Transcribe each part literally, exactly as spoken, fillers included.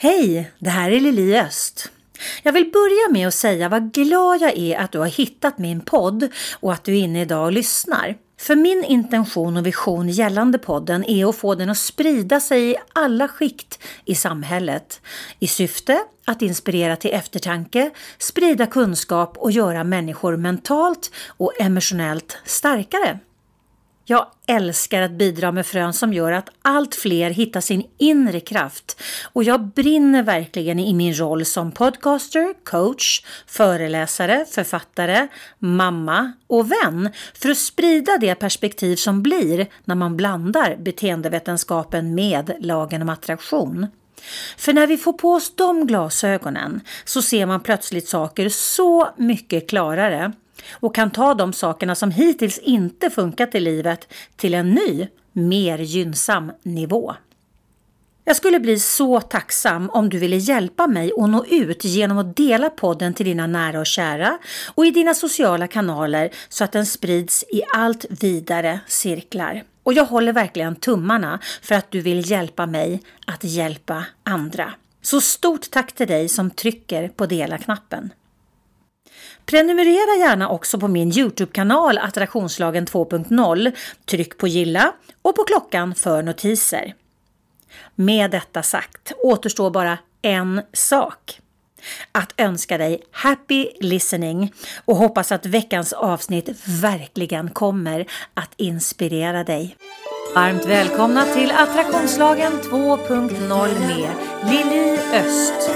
Hej, det här är Lili Öst. Jag vill börja med att säga vad glad jag är att du har hittat min podd och att du är inne idag och lyssnar. För min intention och vision gällande podden är att få den att sprida sig i alla skikt i samhället. I syfte att inspirera till eftertanke, sprida kunskap och göra människor mentalt och emotionellt starkare. Jag älskar att bidra med frön som gör att allt fler hittar sin inre kraft och jag brinner verkligen i min roll som podcaster, coach, föreläsare, författare, mamma och vän för att sprida det perspektiv som blir när man blandar beteendevetenskapen med lagen om attraktion. För när vi får på oss de glasögonen så ser man plötsligt saker så mycket klarare och kan ta de sakerna som hittills inte funkat i livet till en ny, mer gynnsam nivå. Jag skulle bli så tacksam om du ville hjälpa mig att nå ut genom att dela podden till dina nära och kära och i dina sociala kanaler så att den sprids i allt vidare cirklar. Och jag håller verkligen tummarna för att du vill hjälpa mig att hjälpa andra. Så stort tack till dig som trycker på dela-knappen. Prenumerera gärna också på min YouTube-kanal Attraktionslagen två punkt noll. Tryck på gilla och på klockan för notiser. Med detta sagt återstår bara en sak. Att önska dig happy listening och hoppas att veckans avsnitt verkligen kommer att inspirera dig. Varmt välkomna till Attraktionslagen två punkt noll med Lili Öst.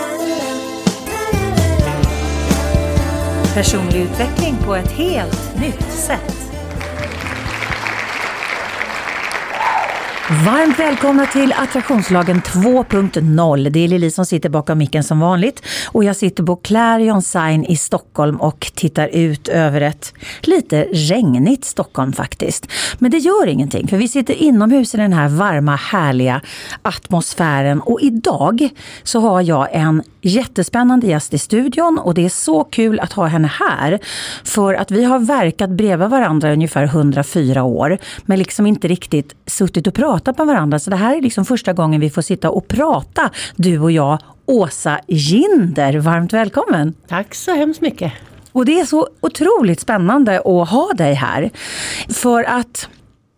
Personlig utveckling på ett helt nytt sätt. Varmt välkomna till Attraktionslagen två punkt noll. Det är Lili som sitter bakom micken som vanligt. Och jag sitter på Clarion Sign i Stockholm och tittar ut över ett lite regnigt Stockholm faktiskt. Men det gör ingenting för vi sitter inomhus i den här varma, härliga atmosfären. Och idag så har jag en jättespännande gäst i studion och det är så kul att ha henne här. För att vi har verkat bredvid varandra ungefär hundrafyra år men liksom inte riktigt suttit och pratat med varandra. Så det här är liksom första gången vi får sitta och prata, du och jag, Åsa Ginder. Varmt välkommen! Tack så hemskt mycket! Och det är så otroligt spännande att ha dig här. För att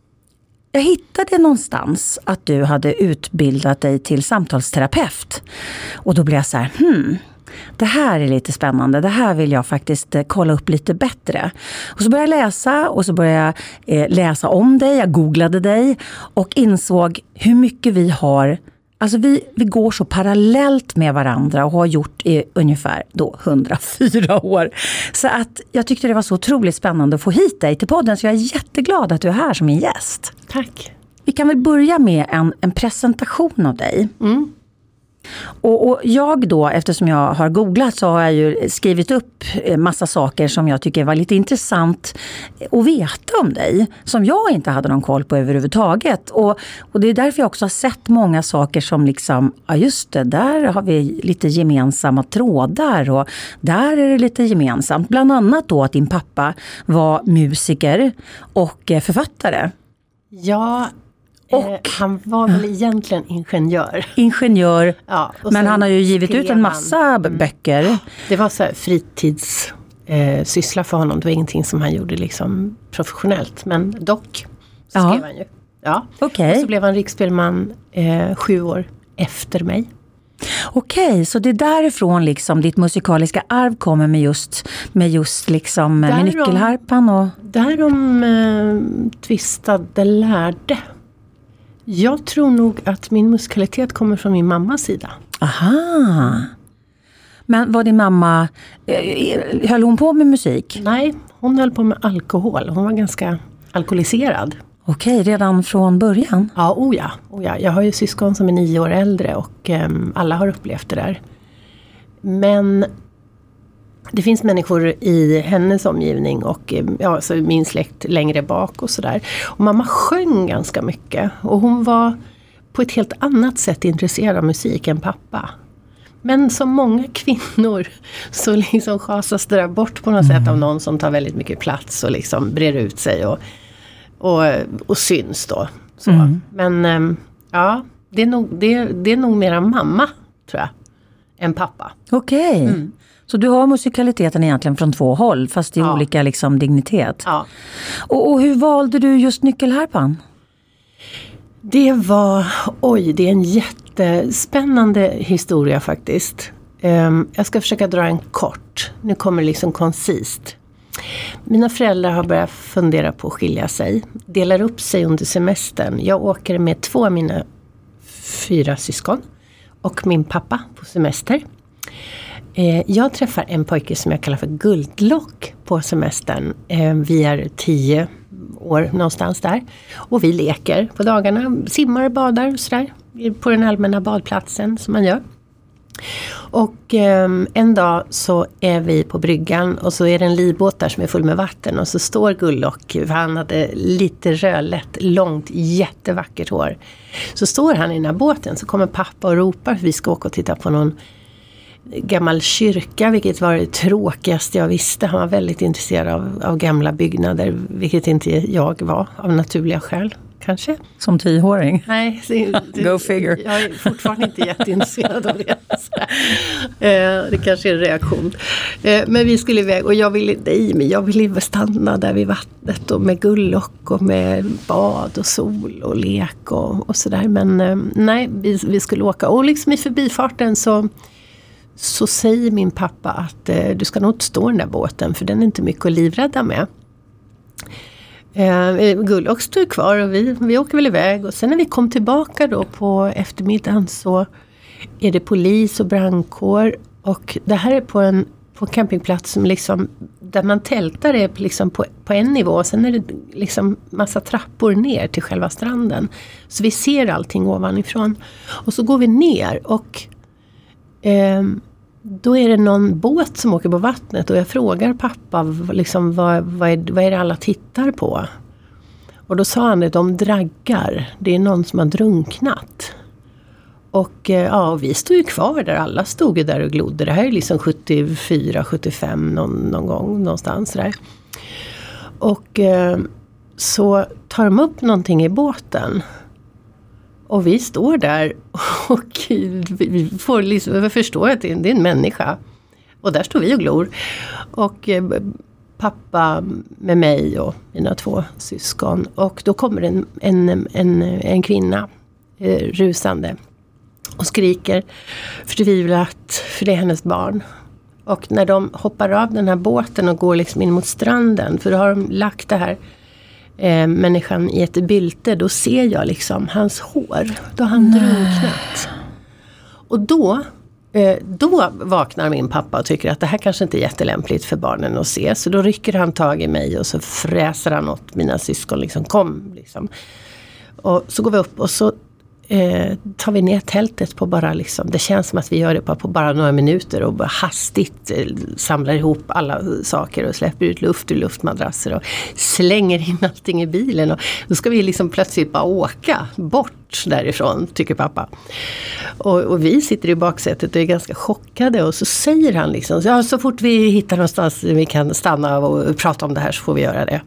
jag hittade någonstans att du hade utbildat dig till samtalsterapeut. Och då blev jag så här, hmm... det här är lite spännande. Det här vill jag faktiskt eh, kolla upp lite bättre. Och så började jag läsa och så började jag eh, läsa om dig. Jag googlade dig och insåg hur mycket vi har. Alltså vi, vi går så parallellt med varandra och har gjort i ungefär då hundrafyra år. Så att jag tyckte det var så otroligt spännande att få hit dig till podden. Så jag är jätteglad att du är här som min gäst. Tack. Vi kan väl börja med en, en presentation av dig. Mm. Och, och jag då, eftersom jag har googlat så har jag ju skrivit upp massa saker som jag tycker var lite intressant att veta om dig. Som jag inte hade någon koll på överhuvudtaget. Och, och det är därför jag också har sett många saker som liksom, ja just det, där har vi lite gemensamma trådar och där är det lite gemensamt. Bland annat då att din pappa var musiker och författare. Ja, Och, eh, han var väl egentligen ingenjör. Ingenjör, ja, men han har ju givit ut en massa han, böcker. Det var så här fritids eh, syssla för honom. Det var ingenting som han gjorde liksom professionellt. Men dock så ja. skrev han ju. Ja. Okay. Och så blev han riksspelman eh, sju år efter mig. Okej, okay, så det är därifrån liksom ditt musikaliska arv kommer med just, med just liksom med nyckelharpan och... Därom eh, tvistade lärde. Jag tror nog att min musikalitet kommer från min mammas sida. Aha. Men var din mamma, eh, höll hon på med musik? Nej, hon höll på med alkohol. Hon var ganska alkoholiserad. Okej, redan från början? Ja, oh ja, oh ja. Jag har ju syskon som är nio år äldre och eh, alla har upplevt det där. Men det finns människor i hennes omgivning och ja, så min släkt längre bak och sådär. Och mamma sjöng ganska mycket och hon var på ett helt annat sätt intresserad av musik än pappa. Men som många kvinnor så liksom chasas det där bort på något mm. sätt av någon som tar väldigt mycket plats och liksom brer ut sig och, och, och syns då. Så. Mm. Men ja, det är, nog, det, det är nog mera mamma, tror jag. än pappa. Okej. Okay. Mm. Så du har musikaliteten egentligen från två håll, fast i ja. olika liksom, dignitet. Ja. Och, och hur valde du just nyckelharpan? Det var, oj, det är en jättespännande historia faktiskt. Um, jag ska försöka dra en kort. Nu kommer det liksom koncist. Mina föräldrar har börjat fundera på att skilja sig. Delar upp sig under semestern. Jag åker med två av mina fyra syskon och min pappa på semester. Eh, jag träffar en pojke som jag kallar för Guldlock på semestern. Eh, vi är tio år någonstans där. Och vi leker på dagarna. Simmar, badar och sådär. På den allmänna badplatsen som man gör. Och eh, en dag så är vi på bryggan och så är det en livbåt där som är full med vatten och så står Guldlock, han hade lite rödlätt, långt, jättevackert hår. Så står han i den här båten, så kommer pappa och ropar för vi ska åka och titta på någon gammal kyrka, vilket var det tråkigaste jag visste. Han var väldigt intresserad av, av gamla byggnader, vilket inte jag var av naturliga skäl. Kanske. Som tioåring? Nej. Det, Go figure. Jag är fortfarande inte jätteintresserad av det. Eh, det kanske är en reaktion. Eh, men vi skulle iväg och jag ville, nej, men jag ville stanna där vid vattnet och med Guldlock och med bad och sol och lek och, och sådär. Men eh, nej, vi, vi skulle åka. Och liksom i förbifarten så, så säger min pappa att eh, du ska nog inte stå i den där båten för den är inte mycket att livrädda med. Eh, Guldlock stod kvar och vi, vi åker väl iväg och sen när vi kom tillbaka då på eftermiddagen så är det polis och brandkår och det här är på en, på en campingplats som liksom, där man tältar är liksom på, på en nivå och sen är det liksom massa trappor ner till själva stranden så vi ser allting ovanifrån och så går vi ner och eh, då är det någon båt som åker på vattnet och jag frågar pappa liksom, vad, vad, är, vad är det alla tittar på? Och då sa han att de draggar. Det är någon som har drunknat. Och ja, vi stod ju kvar där. Alla stod ju där och glodde. Det här är liksom sjuttiofyra sjuttiofem någon, någon gång någonstans där. Och så tar de upp någonting i båten. Och vi står där och vi får liksom förstå att det är en människa. Och där står vi och glor. Och pappa med mig och mina två syskon. Och då kommer en, en, en, en kvinna eh, rusande och skriker förtvivlat för det är hennes barn. Och när de hoppar av den här båten och går liksom in mot stranden, för då har de lagt det här eh, människan i ett bylte, då ser jag liksom hans hår. Då har han drunknat. Och då, eh, då vaknar min pappa och tycker att det här kanske inte är jättelämpligt för barnen att se. Så då rycker han tag i mig och så fräser han åt mina syskon, liksom kom liksom. Och så går vi upp och så Eh, tar vi ner tältet på bara liksom, det känns som att vi gör det på, på bara några minuter och bara hastigt eh, samlar ihop alla saker och släpper ut luft ur luftmadrasser och slänger in allting i bilen och då ska vi liksom plötsligt bara åka bort därifrån, tycker pappa. Och, och vi sitter i baksätet och är ganska chockade och så säger han liksom, ja, så fort vi hittar någonstans vi kan stanna och prata om det här så får vi göra det.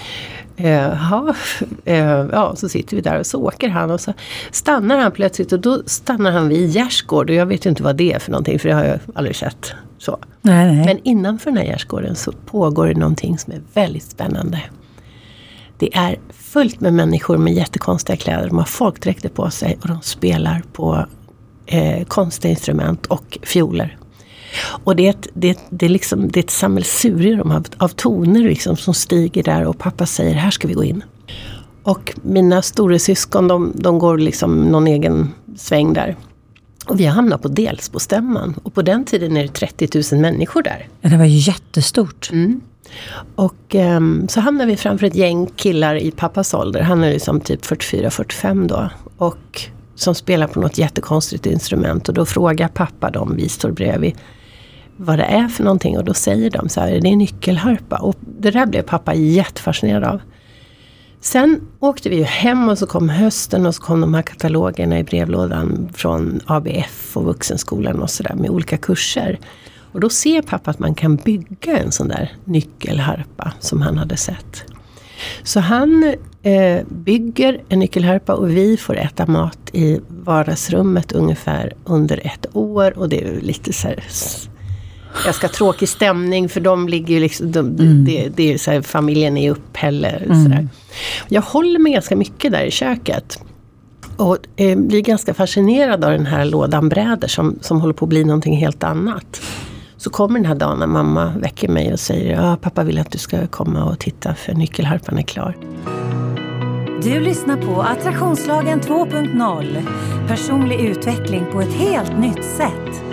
Ja, ja, så sitter vi där och så åker han och så stannar han plötsligt och då stannar han vid gärdsgård och jag vet ju inte vad det är för någonting för det har jag aldrig sett så. Nej, nej. Men innanför den här gärdsgården så pågår det någonting som är väldigt spännande. Det är fullt med människor med jättekonstiga kläder, de har folkdräkter på sig och de spelar på eh, konstiga instrument och fioler. Och det är ett, det är, det är liksom, det är ett sammelsurium av, av toner liksom som stiger där och pappa säger, här ska vi gå in. Och mina stora syskon, de, de går liksom någon egen sväng där. Och vi har hamnat på Delsbostämman. Och på den tiden är det trettio tusen människor där. Ja, det var jättestort. Mm. Och um, så hamnar vi framför ett gäng killar i pappas ålder. Han är liksom typ fyrtiofyra fyrtiofem då. Och som spelar på något jättekonstigt instrument. Och då frågar pappa dem, vi står bredvid, vad det är för någonting. Och då säger de så här, det är nyckelharpa. Och det där blev pappa jättefascinerad av. Sen åkte vi ju hem och så kom hösten och så kom de här katalogerna i brevlådan från A B F och vuxenskolan och sådär med olika kurser. Och då ser pappa att man kan bygga en sån där nyckelharpa som han hade sett. Så han eh, bygger en nyckelharpa och vi får äta mat i vardagsrummet ungefär under ett år. Och det är lite så här ganska tråkig stämning för de ligger ju liksom, de, mm. det, det är så här, familjen är upphälle. Mm. Så där. Jag håller mig ganska mycket där i köket. Och eh, blir ganska fascinerad av den här lådan bräder som, som håller på att bli någonting helt annat. Så kommer den här dagen när mamma väcker mig och säger ja, pappa vill att du ska komma och titta för nyckelharpan är klar. Du lyssnar på Attraktionslagen två punkt noll. Personlig utveckling på ett helt nytt sätt.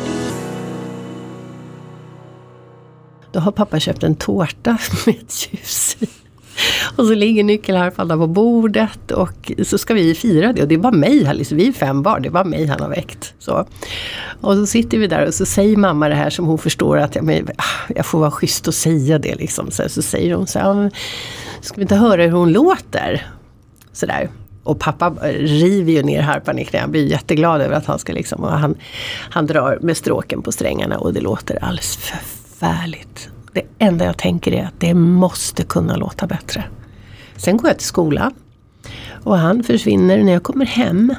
Då har pappa köpt en tårta med ett ljus i. Och så ligger nyckelharpan där på bordet och så ska vi fira det. Och det är bara mig här, liksom. Vi är fem barn, det är bara mig han har väckt. Så. Och så sitter vi där och så säger mamma det här som hon förstår att jag, men, jag får vara schysst och säga det. Liksom. Så, så säger hon så här, ska vi inte höra hur hon låter? Så där. Och pappa river ju ner harpan i knä. Han blir jätteglad över att han ska liksom, och han, han drar med stråken på strängarna och det låter alldeles förfärligt. Det enda jag tänker är att det måste kunna låta bättre. Sen går jag till skolan. Och han försvinner. När jag kommer hem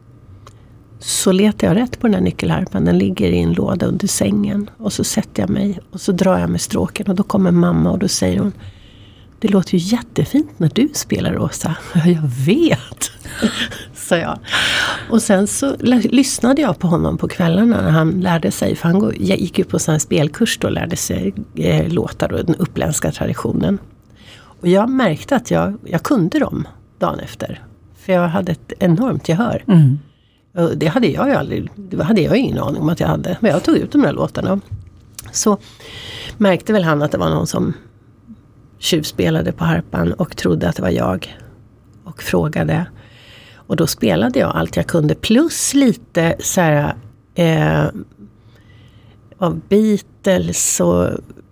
så letar jag rätt på den här nyckelharpan. Den ligger i en låda under sängen. Och så sätter jag mig och så drar jag med stråken. Och då kommer mamma och då säger hon, det låter ju jättefint när du spelar, Rosa. Jag vet, sa jag. Och sen så l- lyssnade jag på honom på kvällarna när han lärde sig. För han går, jag gick ju på sån här spelkurs då och lärde sig eh, låtar och den uppländska traditionen. Och jag märkte att jag, jag kunde dem dagen efter. För jag hade ett enormt gehör. Mm. Och det hade jag ju aldrig, det hade jag ingen aning om att jag hade. Men jag tog ut de där låtarna. Så märkte väl han att det var någon som tjuvspelade på harpan och trodde att det var jag och frågade. Och då spelade jag allt jag kunde plus lite så här eh, av Beatles och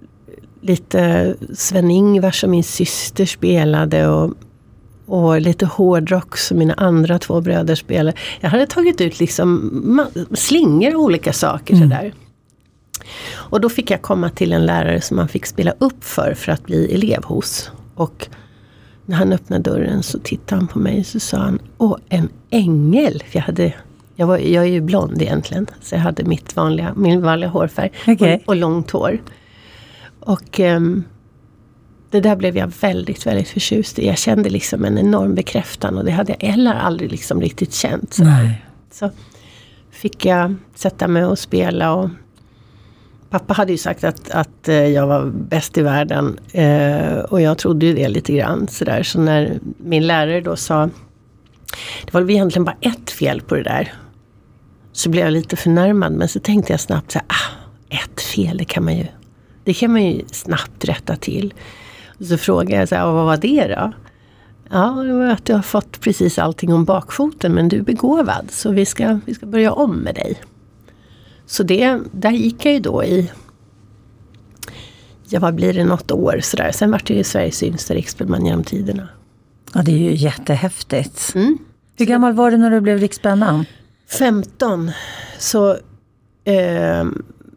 lite Sven-Ingvar som min syster spelade och, och lite hårdrock som mina andra två bröder spelade. Jag hade tagit ut liksom slingor och olika saker mm. sådär. Och då fick jag komma till en lärare som man fick spela upp för för att bli elev hos. Och när han öppnade dörren så tittade han på mig och så sa han, åh, en ängel. För jag, hade, jag, var, jag är ju blond egentligen, så jag hade mitt vanliga, min vanliga hårfärg okay. och, och långt hår. Och um, det där blev jag väldigt, väldigt förtjust i. Jag kände liksom en enorm bekräftan och det hade jag heller aldrig liksom riktigt känt. Så, så fick jag sätta mig och spela och pappa hade ju sagt att, att jag var bäst i världen eh, och jag trodde ju det lite grann. Så, där. Så när min lärare då sa, det var egentligen bara ett fel på det där, så blev jag lite förnärmad. Men så tänkte jag snabbt så här, ah, ett fel, det kan man ju, det kan man ju snabbt rätta till. Och så frågade jag så här, vad var det då? Ja, det var att du har fått precis allting om bakfoten, men du är begåvad, så vi ska, vi ska börja om med dig. Så det, där gick jag ju då i, ja, vad blir det, något år sådär. Sen var det ju Sveriges yngsta riksspelman genom tiderna. Ja, det är ju jättehäftigt. Mm. Hur gammal var du när du blev riksspelman? femton. Så eh,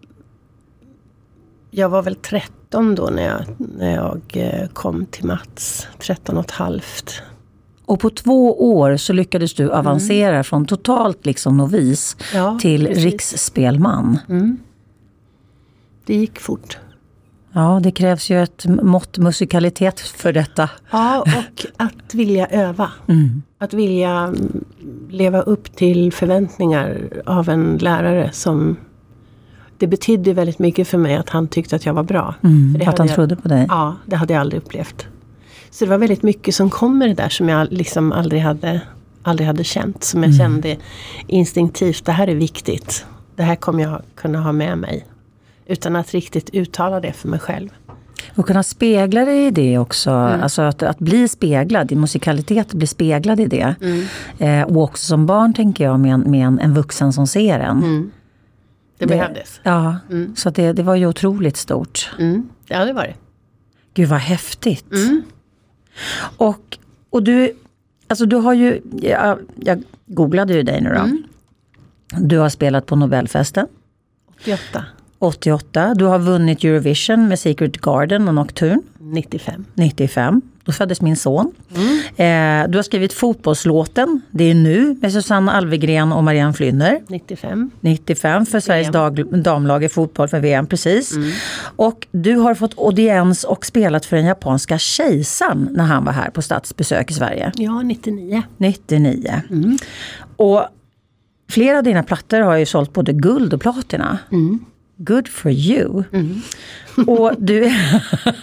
jag var väl tretton då när jag, när jag kom till Mats. tretton och ett halvt. Och på två år så lyckades du avancera mm. från totalt liksom novis ja, till precis. riksspelman. Mm. Det gick fort. Ja, det krävs ju ett mått musikalitet för detta. Ja, och att vilja öva. Mm. Att vilja leva upp till förväntningar av en lärare som... Det betydde väldigt mycket för mig att han tyckte att jag var bra. Mm, för det att han jag, trodde på dig. Ja, det hade jag aldrig upplevt. Så det var väldigt mycket som kom med det där som jag liksom aldrig hade, aldrig hade känt. Som jag mm. kände instinktivt, det här är viktigt. Det här kommer jag kunna ha med mig. Utan att riktigt uttala det för mig själv. Och kunna spegla det i det också. Mm. Alltså att, att bli speglad, i musikalitet bli speglad i det. Mm. Eh, och också som barn tänker jag med en, med en, en vuxen som ser en. Mm. Det, det behövdes. Ja, mm. så det, det var ju otroligt stort. Mm. Ja, det var det. Gud vad häftigt. Mm. Och, och du, alltså du har ju, jag, jag googlade ju dig nu då. Mm. Du har spelat på Nobelfesten. åttioåtta. åttioåtta. Du har vunnit Eurovision med Secret Garden och Nocturne. nittiofem. nittiofem. Då föddes min son. Mm. Eh, du har skrivit Fotbollslåten. Det är nu med Susanne Alvegren och Marianne Flynner. nittiofem. nittiofem för Sveriges dag, damlag i fotboll för V M, precis. Mm. Och du har fått audiens och spelat för den japanska kejsaren när han var här på statsbesök i Sverige. Ja, nittionio. nittionio. Mm. Och flera av dina plattor har ju sålt både guld och platina. Mm. Good for you. Mm. Och du är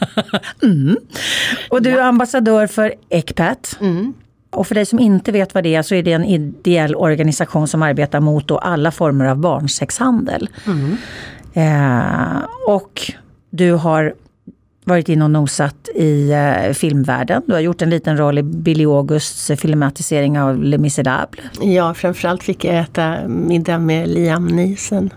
mm. och du är ambassadör för ECPAT. Mm. Och för dig som inte vet vad det är så är det en ideell organisation som arbetar mot då alla former av barnsexhandel. Mm. Eh, och du har varit in och nosat i eh, filmvärlden. Du har gjort en liten roll i Billy Augusts filmatisering av Les Misérables. Ja, framförallt fick jag äta middag med Liam Neeson.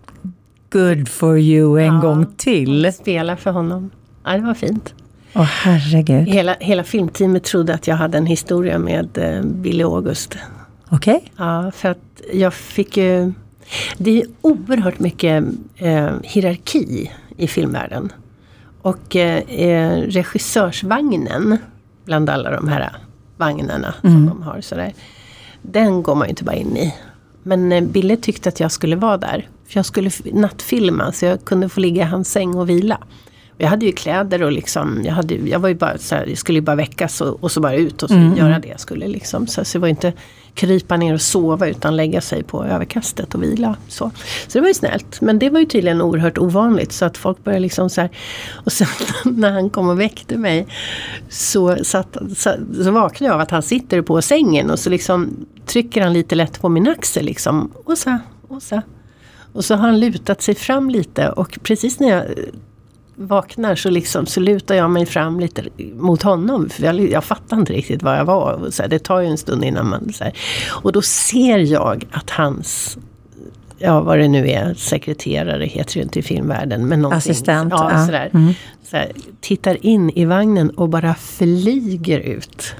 Good for you en ja, gång till. Spela för honom. Ja, det var fint. Åh, herregud. Hela, hela filmteamet trodde att jag hade en historia med eh, Billy August. Okej. Okay. Ja, för att jag fick ju... Det är oerhört mycket eh, hierarki i filmvärlden. Och eh, regissörsvagnen, bland alla de här vagnarna mm. som de har sådär, den går man ju inte bara in i. Men eh, Billy tyckte att jag skulle vara där. För jag skulle nattfilma så jag kunde få ligga i hans säng och vila. Jag hade ju kläder och liksom, jag, hade, jag var ju bara så här, jag skulle ju bara väckas och, och så bara ut och så mm. göra det jag skulle liksom. Så, så det var inte krypa ner och sova utan lägga sig på överkastet och vila. Så, så det var ju snällt. Men det var ju tydligen oerhört ovanligt så att folk började liksom så här. Och sen när han kom och väckte mig så, satt, så, så vaknade jag av att han sitter på sängen och så liksom trycker han lite lätt på min axel liksom. Och så, och så. Och så har han lutat sig fram lite och precis när jag vaknar så, liksom, så lutar jag mig fram lite mot honom. För jag, jag fattar inte riktigt vad jag var. Och så här, det tar ju en stund innan man... Så här. Och då ser jag att hans... Ja, vad det nu är. Sekreterare heter ju inte i filmvärlden. Men assistent. Ja, ja. Sådär, mm. sådär, tittar in i vagnen och bara flyger ut.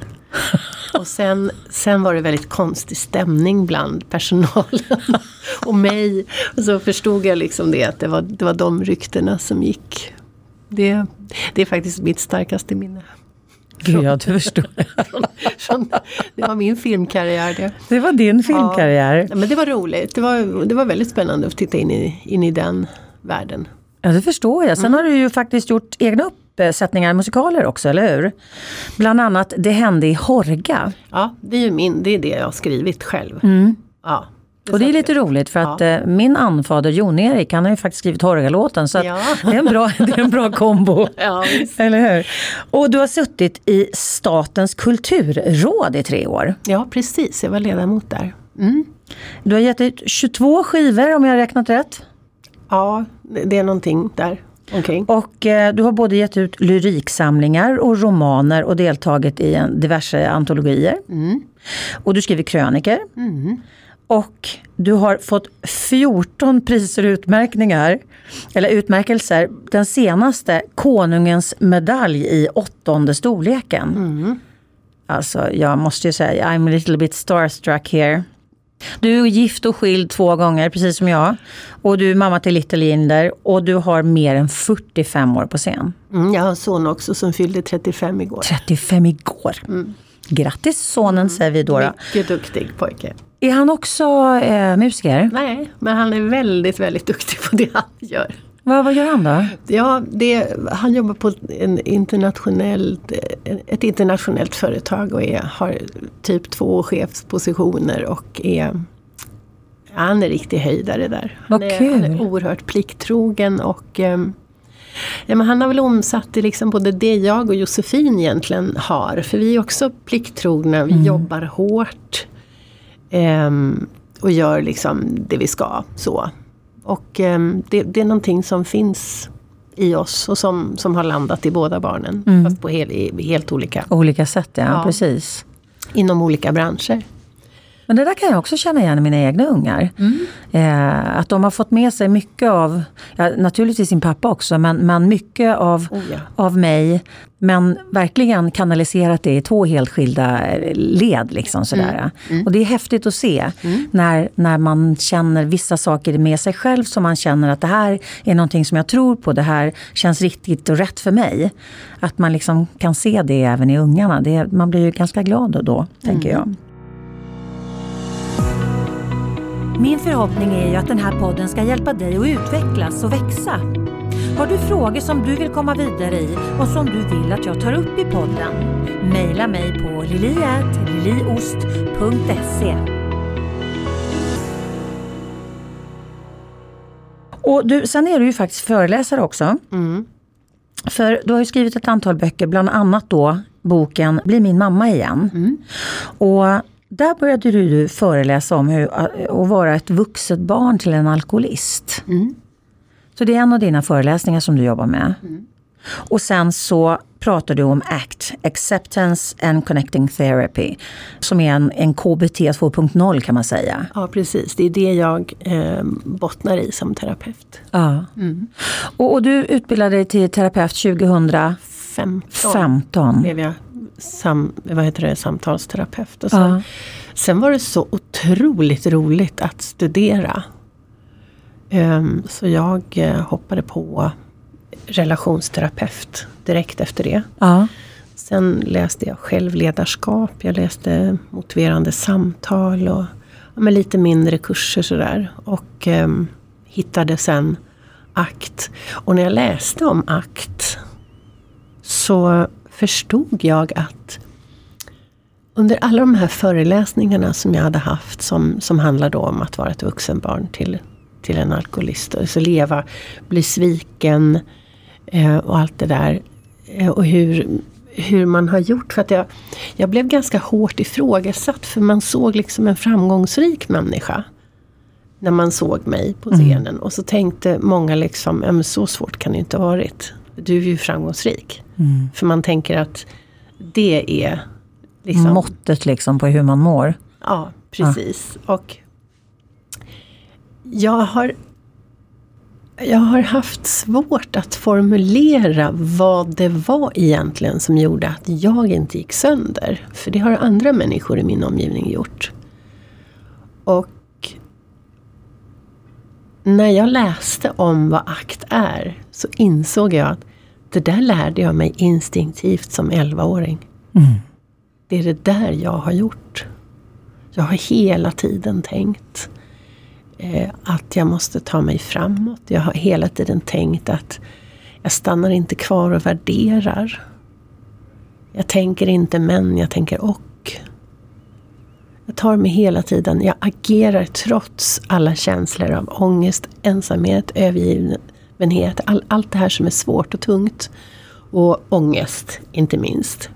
Och sen, sen var det väldigt konstig stämning bland personalen och mig. Och så förstod jag liksom det, att det var, det var de ryktena som gick. Det, det är faktiskt mitt starkaste minne. Gud, ja, du förstår. från, från, det var min filmkarriär. Det, det var din filmkarriär. Ja, men det var roligt. Det var, det var väldigt spännande att titta in i, in i den världen. Ja, det förstår jag. Sen mm. har du ju faktiskt gjort egna uppsättningar, musikaler också, eller hur? Bland annat Det hände i Hårga. Ja, det är ju min, det är det jag har skrivit själv. Mm. Ja. Och det är lite roligt för att ja. min anfader Jon-Erik, han har ju faktiskt skrivit Hårga-låten så att ja. det, är en bra, det är en bra kombo. Ja, eller hur? Och du har suttit i Statens kulturråd i tre år. Ja, precis. Jag var ledamot där. Mm. Du har gett ut tjugotvå skivor om jag har räknat rätt. Ja, det är någonting där. Okay. Och eh, du har både gett ut lyriksamlingar och romaner och deltagit i en diverse antologier. Mm. Och du skriver kröniker. Mm. Och du har fått fjorton priser och utmärkningar, eller utmärkelser. Den senaste, konungens medalj i åttonde storleken. Mm. Alltså, jag måste ju säga, I'm a little bit starstruck here. Du är gift och skild två gånger, precis som jag. Och du är mamma till Little Jinder. Och du har mer än fyrtiofem år på scen. Mm, jag har en son också som fyllde trettiofem igår. trettiofem igår. Mm. Grattis sonen, mm. säger vi då. Mycket duktig pojke. Är han också eh, musiker? Nej, men han är väldigt, väldigt duktig på det han gör. Vad, vad gör han då? Ja, det, han jobbar på en internationellt, ett internationellt företag och är, har typ två chefspositioner och är, han är riktig höjdare där. Han är, han är oerhört plikttrogen och ja, men han har väl omsatt det liksom både det jag och Josefin egentligen har. För vi är också plikttrogna, vi mm. jobbar hårt um, och gör liksom det vi ska så. Och um, det, det är någonting som finns i oss och som, som har landat i båda barnen. Mm. Fast på hel, i, helt olika. Olika sätt, ja, ja. Precis. Inom olika branscher. Men det där kan jag också känna igen i mina egna ungar. Mm. Eh, att de har fått med sig mycket av, ja, naturligtvis sin pappa också, men, men mycket av, oh ja. av mig. Men verkligen kanaliserat det i två helt skilda led. Liksom, sådär. Mm. Mm. Och det är häftigt att se mm. när, när man känner vissa saker med sig själv som man känner att det här är någonting som jag tror på. Det här känns riktigt och rätt för mig. Att man liksom kan se det även i ungarna. Det, man blir ju ganska glad då, då tänker mm. jag. Min förhoppning är ju att den här podden ska hjälpa dig att utvecklas och växa. Har du frågor som du vill komma vidare i och som du vill att jag tar upp i podden? Maila mig på lili at liliost punkt se. Och du, sen är du ju faktiskt föreläsare också. Mm. För du har ju skrivit ett antal böcker, bland annat då boken Bli min mamma igen. Mm. Och där började du föreläsa om hur att vara ett vuxet barn till en alkoholist. Mm. Så det är en av dina föreläsningar som du jobbar med. Mm. Och sen så pratar du om A C T, Acceptance and Connecting Therapy, som är en, en K B T två punkt noll kan man säga. Ja, precis. Det är det jag eh, bottnar i som terapeut. Ja. Mm. Och, och du utbildade dig till terapeut tjugohundrafemton. Blev jag sam, vad heter det, samtalsterapeut. Och sen, ja. sen var det så otroligt roligt att studera. Um, så jag uh, hoppade på relationsterapeut direkt efter det. Ja. Sen läste jag självledarskap. Jag läste motiverande samtal och ja, med lite mindre kurser sådär. Och um, hittade sen A C T. Och när jag läste om A C T så förstod jag att under alla de här föreläsningarna som jag hade haft som, som handlade om att vara ett vuxenbarn till till en alkoholist. Så leva, bli sviken eh, och allt det där. Eh, och hur, hur man har gjort. För att jag, jag blev ganska hårt ifrågasatt. För man såg liksom en framgångsrik människa. När man såg mig på scenen. Mm. Och så tänkte många liksom, ja, men så svårt kan det inte ha varit. Du är ju framgångsrik. Mm. För man tänker att det är liksom måttet liksom på hur man mår. Ja, precis. Ja. Och Jag har, jag har haft svårt att formulera vad det var egentligen som gjorde att jag inte gick sönder. För det har andra människor i min omgivning gjort. Och när jag läste om vad A C T är så insåg jag att det där lärde jag mig instinktivt som elvaåring. Mm. Det är det där jag har gjort. Jag har hela tiden tänkt att jag måste ta mig framåt. Jag har hela tiden tänkt att jag stannar inte kvar och värderar. Jag tänker inte men, jag tänker och. Jag tar mig hela tiden, jag agerar trots alla känslor av ångest, ensamhet, övergivenhet. All, allt det här som är svårt och tungt. Och ångest, inte minst.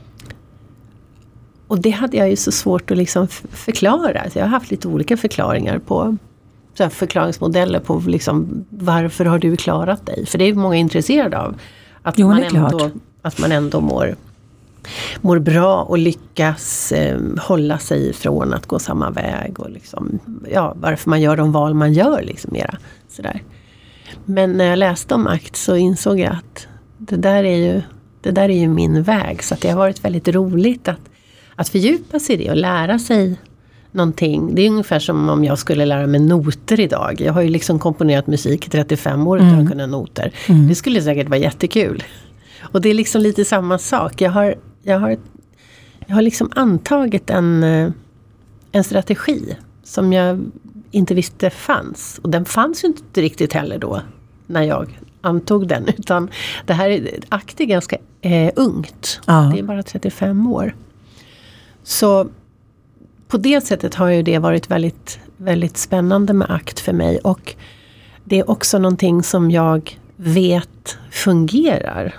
Och det hade jag ju så svårt att liksom förklara. Jag har haft lite olika förklaringar på, så här förklaringsmodeller på liksom, varför har du klarat dig? För det är många intresserade av. Att, jo, man, ändå, att man ändå mår, mår bra och lyckas eh, hålla sig från att gå samma väg. Och liksom, ja, varför man gör de val man gör. Liksom, mera, sådär. Men när jag läste om A C T så insåg jag att det där är ju, det där är ju min väg. Så att det har varit väldigt roligt att Att fördjupa sig i det och lära sig någonting. Det är ungefär som om jag skulle lära mig noter idag. Jag har ju liksom komponerat musik i trettiofem år utan mm. att kunna noter. Mm. Det skulle säkert vara jättekul. Och det är liksom lite samma sak. Jag har, jag har, jag har liksom antagit en, en strategi som jag inte visste fanns. Och den fanns ju inte riktigt heller då när jag antog den. Utan det här är, A C T är ganska eh, ungt. Ja. Det är bara trettiofem år. Så på det sättet har ju det varit väldigt, väldigt spännande med A C T för mig. Och det är också någonting som jag vet fungerar.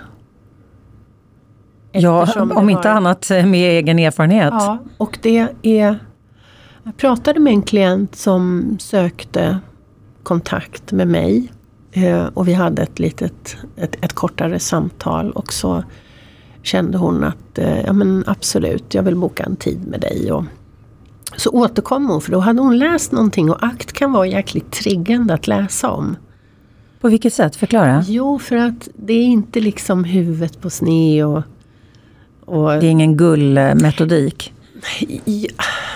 Ja, om inte har, annat med egen erfarenhet. Ja, och det är... Jag pratade med en klient som sökte kontakt med mig. Och vi hade ett litet, ett, ett kortare samtal och så kände hon att ja men absolut, jag vill boka en tid med dig och så återkom hon, för då hade hon läst någonting, och akt kan vara jäkligt triggande att läsa om. På vilket sätt? Förklara. Jo, för att det är inte liksom huvudet på sne och... och det är ingen gullmetodik. Ja.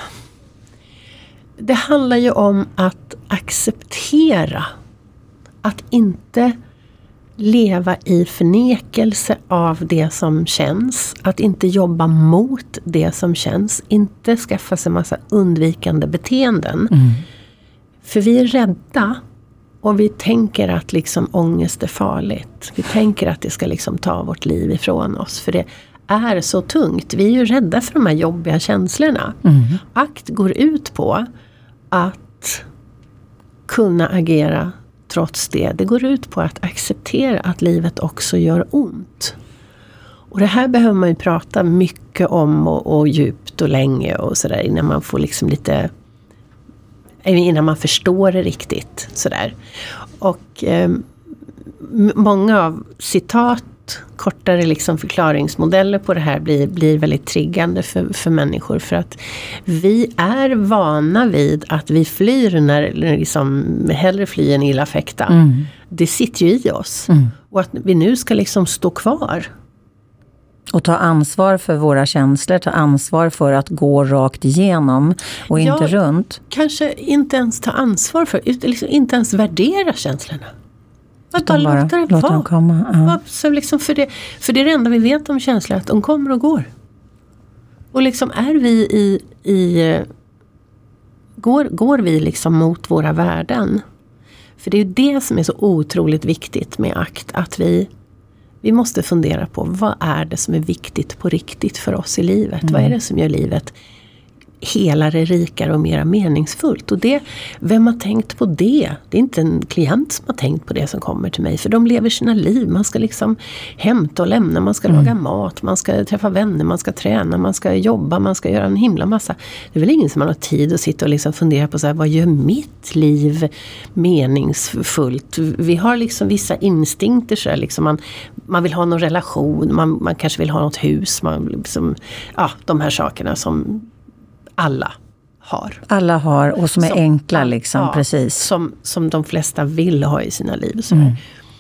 Det handlar ju om att acceptera. Att inte leva i förnekelse av det som känns. Att inte jobba mot det som känns. Inte skaffa sig massa undvikande beteenden. Mm. För vi är rädda. Och vi tänker att liksom ångest är farligt. Vi tänker att det ska liksom ta vårt liv ifrån oss. För det är så tungt. Vi är ju rädda för de här jobbiga känslorna. Mm. Akt går ut på att kunna agera trots det. Det går ut på att acceptera att livet också gör ont. Och det här behöver man ju prata mycket om och, och djupt och länge och sådär, innan man får liksom lite, innan man förstår det riktigt sådär. Och eh, många av citat, kortare liksom förklaringsmodeller på det här blir, blir väldigt triggande för, för människor, för att vi är vana vid att vi flyr när liksom, hellre fly än illa fäkta. Mm. Det sitter ju i oss. Mm. Och att vi nu ska liksom stå kvar. Och ta ansvar för våra känslor, ta ansvar för att gå rakt igenom och ja, inte runt. Kanske inte ens ta ansvar för, liksom inte ens värdera känslorna. Att bara, bara låta det låta dem komma. Ja. Så liksom för, det, för det är det enda vi vet om känslor, att de kommer och går. Och liksom är vi i... i går, går vi liksom mot våra värden? För det är ju det som är så otroligt viktigt med akt. Att vi, vi måste fundera på, vad är det som är viktigt på riktigt för oss i livet? Mm. Vad är det som gör livet helare, rikare och mera meningsfullt? Och det, vem har tänkt på det? Det är inte en klient som har tänkt på det som kommer till mig, för de lever sina liv. Man ska liksom hämta och lämna, man ska mm. laga mat, man ska träffa vänner, man ska träna, man ska jobba, man ska göra en himla massa. Det är väl ingen som har tid att sitta och liksom fundera på så här, vad gör mitt liv meningsfullt? Vi har liksom vissa instinkter så här, liksom man, man vill ha någon relation, man, man kanske vill ha något hus, man liksom, ja, de här sakerna som alla har. Alla har, och som är som, enkla liksom, ja, precis. Som, som de flesta vill ha i sina liv. Så mm.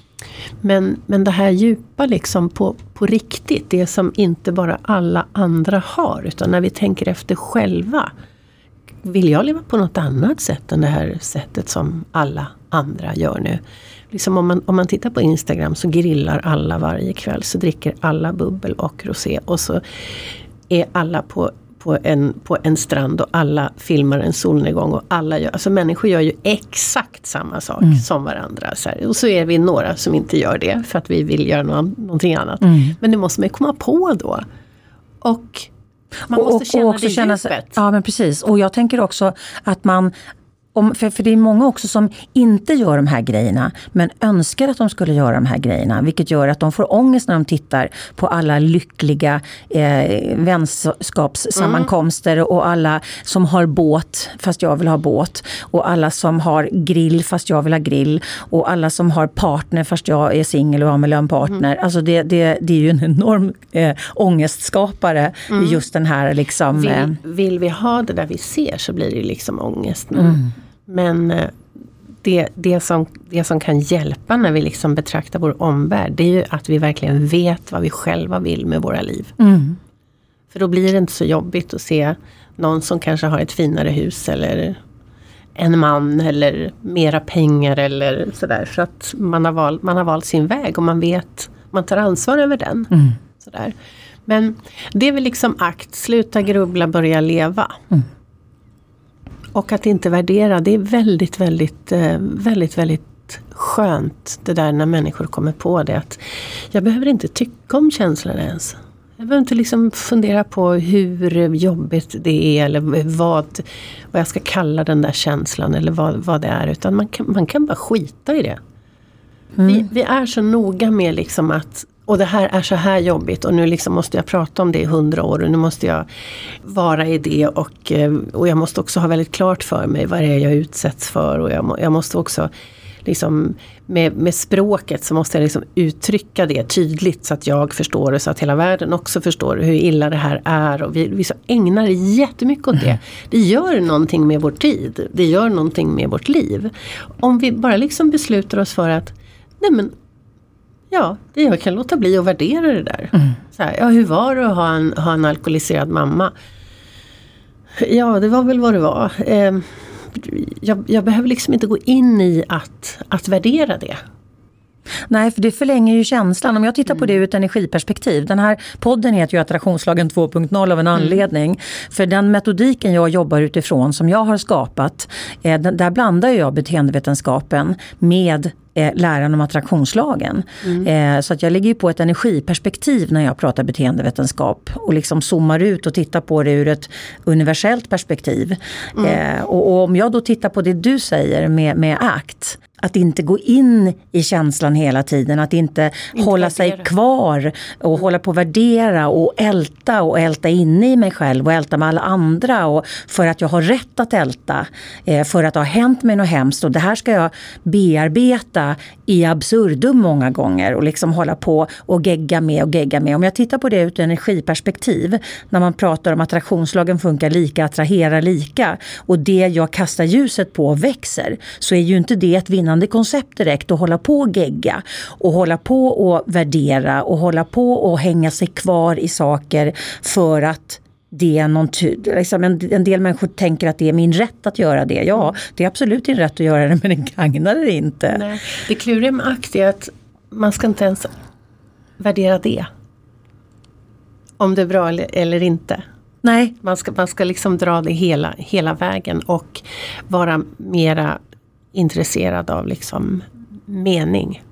men, men det här djupa liksom på, på riktigt, det som inte bara alla andra har, utan när vi tänker efter själva. Vill jag leva på något annat sätt än det här sättet som alla andra gör nu? Liksom om man, om man tittar på Instagram, så grillar alla varje kväll, så dricker alla bubbel och rosé, och så är alla på På en, på en strand och alla filmar en solnedgång, och alla gör, alltså människor gör ju exakt samma sak mm. som varandra. Så här. Och så är vi några som inte gör det för att vi vill göra någon, någonting annat. Mm. Men det måste man komma på då. Och man och, måste känna och också det känna djupet. Ja, men precis. Och jag tänker också att man... Om, för, för det är många också som inte gör de här grejerna, men önskar att de skulle göra de här grejerna, vilket gör att de får ångest när de tittar på alla lyckliga eh, vänskapssammankomster mm. och alla som har båt fast jag vill ha båt, och alla som har grill fast jag vill ha grill, och alla som har partner fast jag är singel och har med en partner. Mm. Alltså det, det, det är ju en enorm eh, ångestskapare mm. just den här liksom... Vill, eh, vill vi ha det där vi ser, så blir det liksom ångest. Men, mm. men det, det, som, det som kan hjälpa när vi liksom betraktar vår omvärld, det är ju att vi verkligen vet vad vi själva vill med våra liv. Mm. För då blir det inte så jobbigt att se någon som kanske har ett finare hus, eller en man, eller mera pengar eller sådär. För att man har, valt, man har valt sin väg, och man vet, man tar ansvar över den. Mm. Sådär. Men det är väl liksom akt, sluta grubbla, börja leva. Mm. Och att inte värdera, det är väldigt, väldigt, väldigt, väldigt skönt det där när människor kommer på det. Att jag behöver inte tycka om känslorna ens. Jag behöver inte liksom fundera på hur jobbigt det är, eller vad, vad jag ska kalla den där känslan, eller vad, vad det är. Utan man kan, man kan bara skita i det. Mm. Vi, vi är så noga med liksom att, och det här är så här jobbigt, och nu liksom måste jag prata om det i hundra år, och nu måste jag vara i det, och, och jag måste också ha väldigt klart för mig vad det är jag utsätts för, och jag, må, jag måste också liksom, med, med språket så måste jag liksom uttrycka det tydligt så att jag förstår det, så att hela världen också förstår hur illa det här är. Och vi, vi så ägnar jättemycket åt det. Det gör någonting med vår tid. Det gör någonting med vårt liv. Om vi bara liksom beslutar oss för att nej men, ja, det jag kan låta bli att värdera det där. Mm. Så här, ja, hur var det att ha en, ha en alkoholiserad mamma? Ja, det var väl vad det var. Eh, jag, jag behöver liksom inte gå in i att, att värdera det. Nej, för det förlänger ju känslan. Om jag tittar på det ur ett energiperspektiv. Den här podden heter ju Attraktionslagen två punkt noll av en anledning. Mm. För den metodiken jag jobbar utifrån som jag har skapat, eh, där blandar jag beteendevetenskapen med eh, läran om attraktionslagen. Mm. Eh, så att jag ligger ju på ett energiperspektiv när jag pratar beteendevetenskap. Och liksom zoomar ut och tittar på det ur ett universellt perspektiv. Mm. Eh, och, och om jag då tittar på det du säger med, med ACT, att inte gå in i känslan hela tiden. Att inte, inte hålla sig värdera. Kvar och mm. hålla på att värdera och älta och älta inne i mig själv och älta med alla andra. Och för att jag har rätt att älta. Eh, för att det har hänt mig något hemskt. Och det här ska jag bearbeta i absurdum många gånger. Och liksom hålla på och gegga med och gegga med. Om jag tittar på det ur ett energiperspektiv. När man pratar om att attraktionslagen funkar lika, attraherar lika. Och det jag kastar ljuset på växer. Så är ju inte det ett vinnande koncept direkt att hålla på och gegga och hålla på och värdera och hålla på och hänga sig kvar i saker för att det är någon ty- liksom en, en del människor tänker att det är min rätt att göra det. Ja, det är absolut din rätt att göra det, men det gagnar det inte. Nej. Det kluriga med ACT är att man ska inte ens värdera det. Om det är bra eller, eller inte. Nej. Man ska, man ska liksom dra det hela, hela vägen och vara mera intresserad av liksom mening.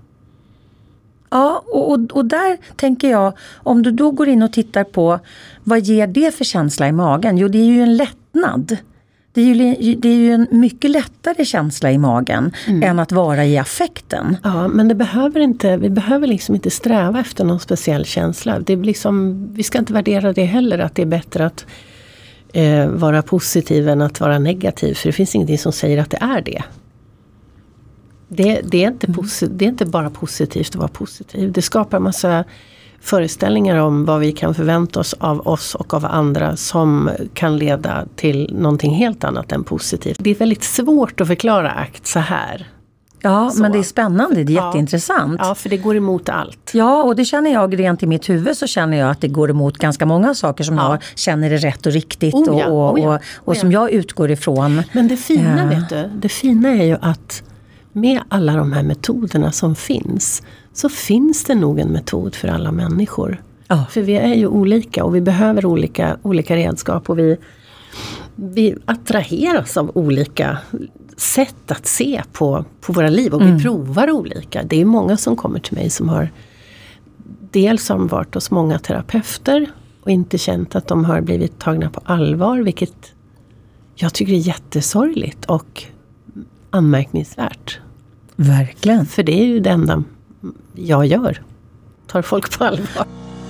Ja, och, och, och där tänker jag, om du då går in och tittar på vad ger det för känsla i magen? Jo, det är ju en lättnad. Det är ju, det är ju en mycket lättare känsla i magen mm. än att vara i affekten. Ja, men det behöver inte, vi behöver liksom inte sträva efter någon speciell känsla. Det är liksom, vi ska inte värdera det heller, att det är bättre att eh, vara positiv än att vara negativ. För det finns ingenting som säger att det är det. Det, det, är inte posi- det är inte bara positivt att vara positiv. Det skapar en massa föreställningar om vad vi kan förvänta oss av oss och av andra som kan leda till någonting helt annat än positivt. Det är väldigt svårt att förklara ACT så här. Ja, så. Men det är spännande, det är jätteintressant. Ja, för det går emot allt. Ja, och det känner jag rent i mitt huvud, så känner jag att det går emot ganska många saker som ja. jag känner är rätt och riktigt oh ja, och, och, oh ja, oh ja. och, och som jag utgår ifrån. Men det fina, ja. vet du, det fina är ju att med alla de här metoderna som finns, så finns det nog en metod för alla människor. Ja. För vi är ju olika och vi behöver olika, olika redskap, och vi, vi attraheras av olika sätt att se på, på våra liv, och vi mm. provar olika. Det är många som kommer till mig som har dels har varit hos många terapeuter och inte känt att de har blivit tagna på allvar, vilket jag tycker är jättesorgligt och anmärkningsvärt. Verkligen. För det är ju det enda jag gör. Tar folk på allvar.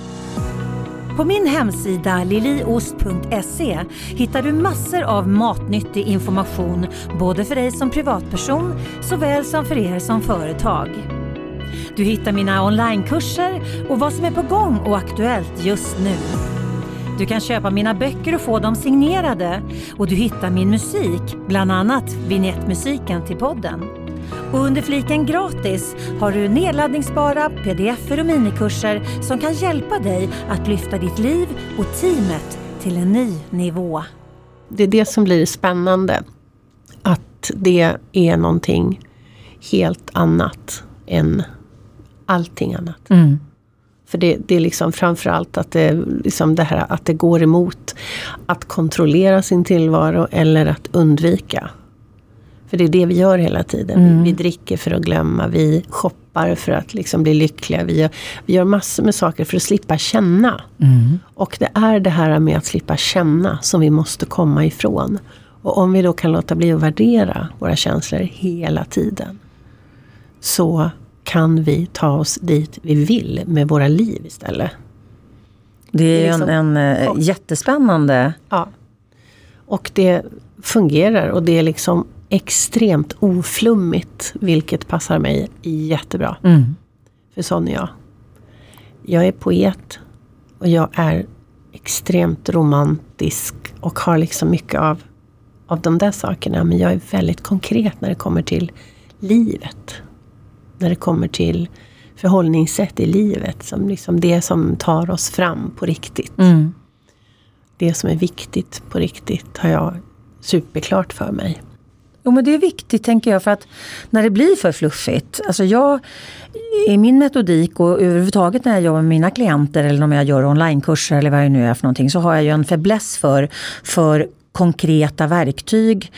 På min hemsida liliost punkt se hittar du massor av matnyttig information, både för dig som privatperson såväl som för er som företag. Du hittar mina onlinekurser och vad som är på gång och aktuellt just nu. Du kan köpa mina böcker och få dem signerade, och du hittar min musik, bland annat vignettmusiken till podden. Och under fliken gratis har du nedladdningsbara pdf-er och minikurser som kan hjälpa dig att lyfta ditt liv och teamet till en ny nivå. Det är det som blir spännande, att det är någonting helt annat än allting annat. Mm. För det, det är liksom framförallt att det, liksom det här att det går emot att kontrollera sin tillvaro eller att undvika. För det är det vi gör hela tiden. Mm. Vi, vi dricker för att glömma, vi shoppar för att liksom bli lyckliga. Vi gör, vi gör massor med saker för att slippa känna. Mm. Och det är det här med att slippa känna som vi måste komma ifrån. Och om vi då kan låta bli att värdera våra känslor hela tiden, så kan vi ta oss dit vi vill med våra liv istället. Det är, det är liksom en, en ja. jättespännande... Ja. Och det fungerar, och det är liksom extremt oflummigt, vilket passar mig jättebra. Mm. För sån är jag. Jag är poet och jag är extremt romantisk och har liksom mycket av, av de där sakerna. Men jag är väldigt konkret när det kommer till livet. När det kommer till förhållningssätt i livet. Som liksom det som tar oss fram på riktigt. Mm. Det som är viktigt på riktigt har jag superklart för mig. Jo, men det är viktigt, tänker jag, för att när det blir för fluffigt, alltså jag i min metodik och överhuvudtaget när jag jobbar med mina klienter eller om jag gör onlinekurser eller vad det nu är för någonting, så har jag ju en fäbless för, för konkreta verktyg,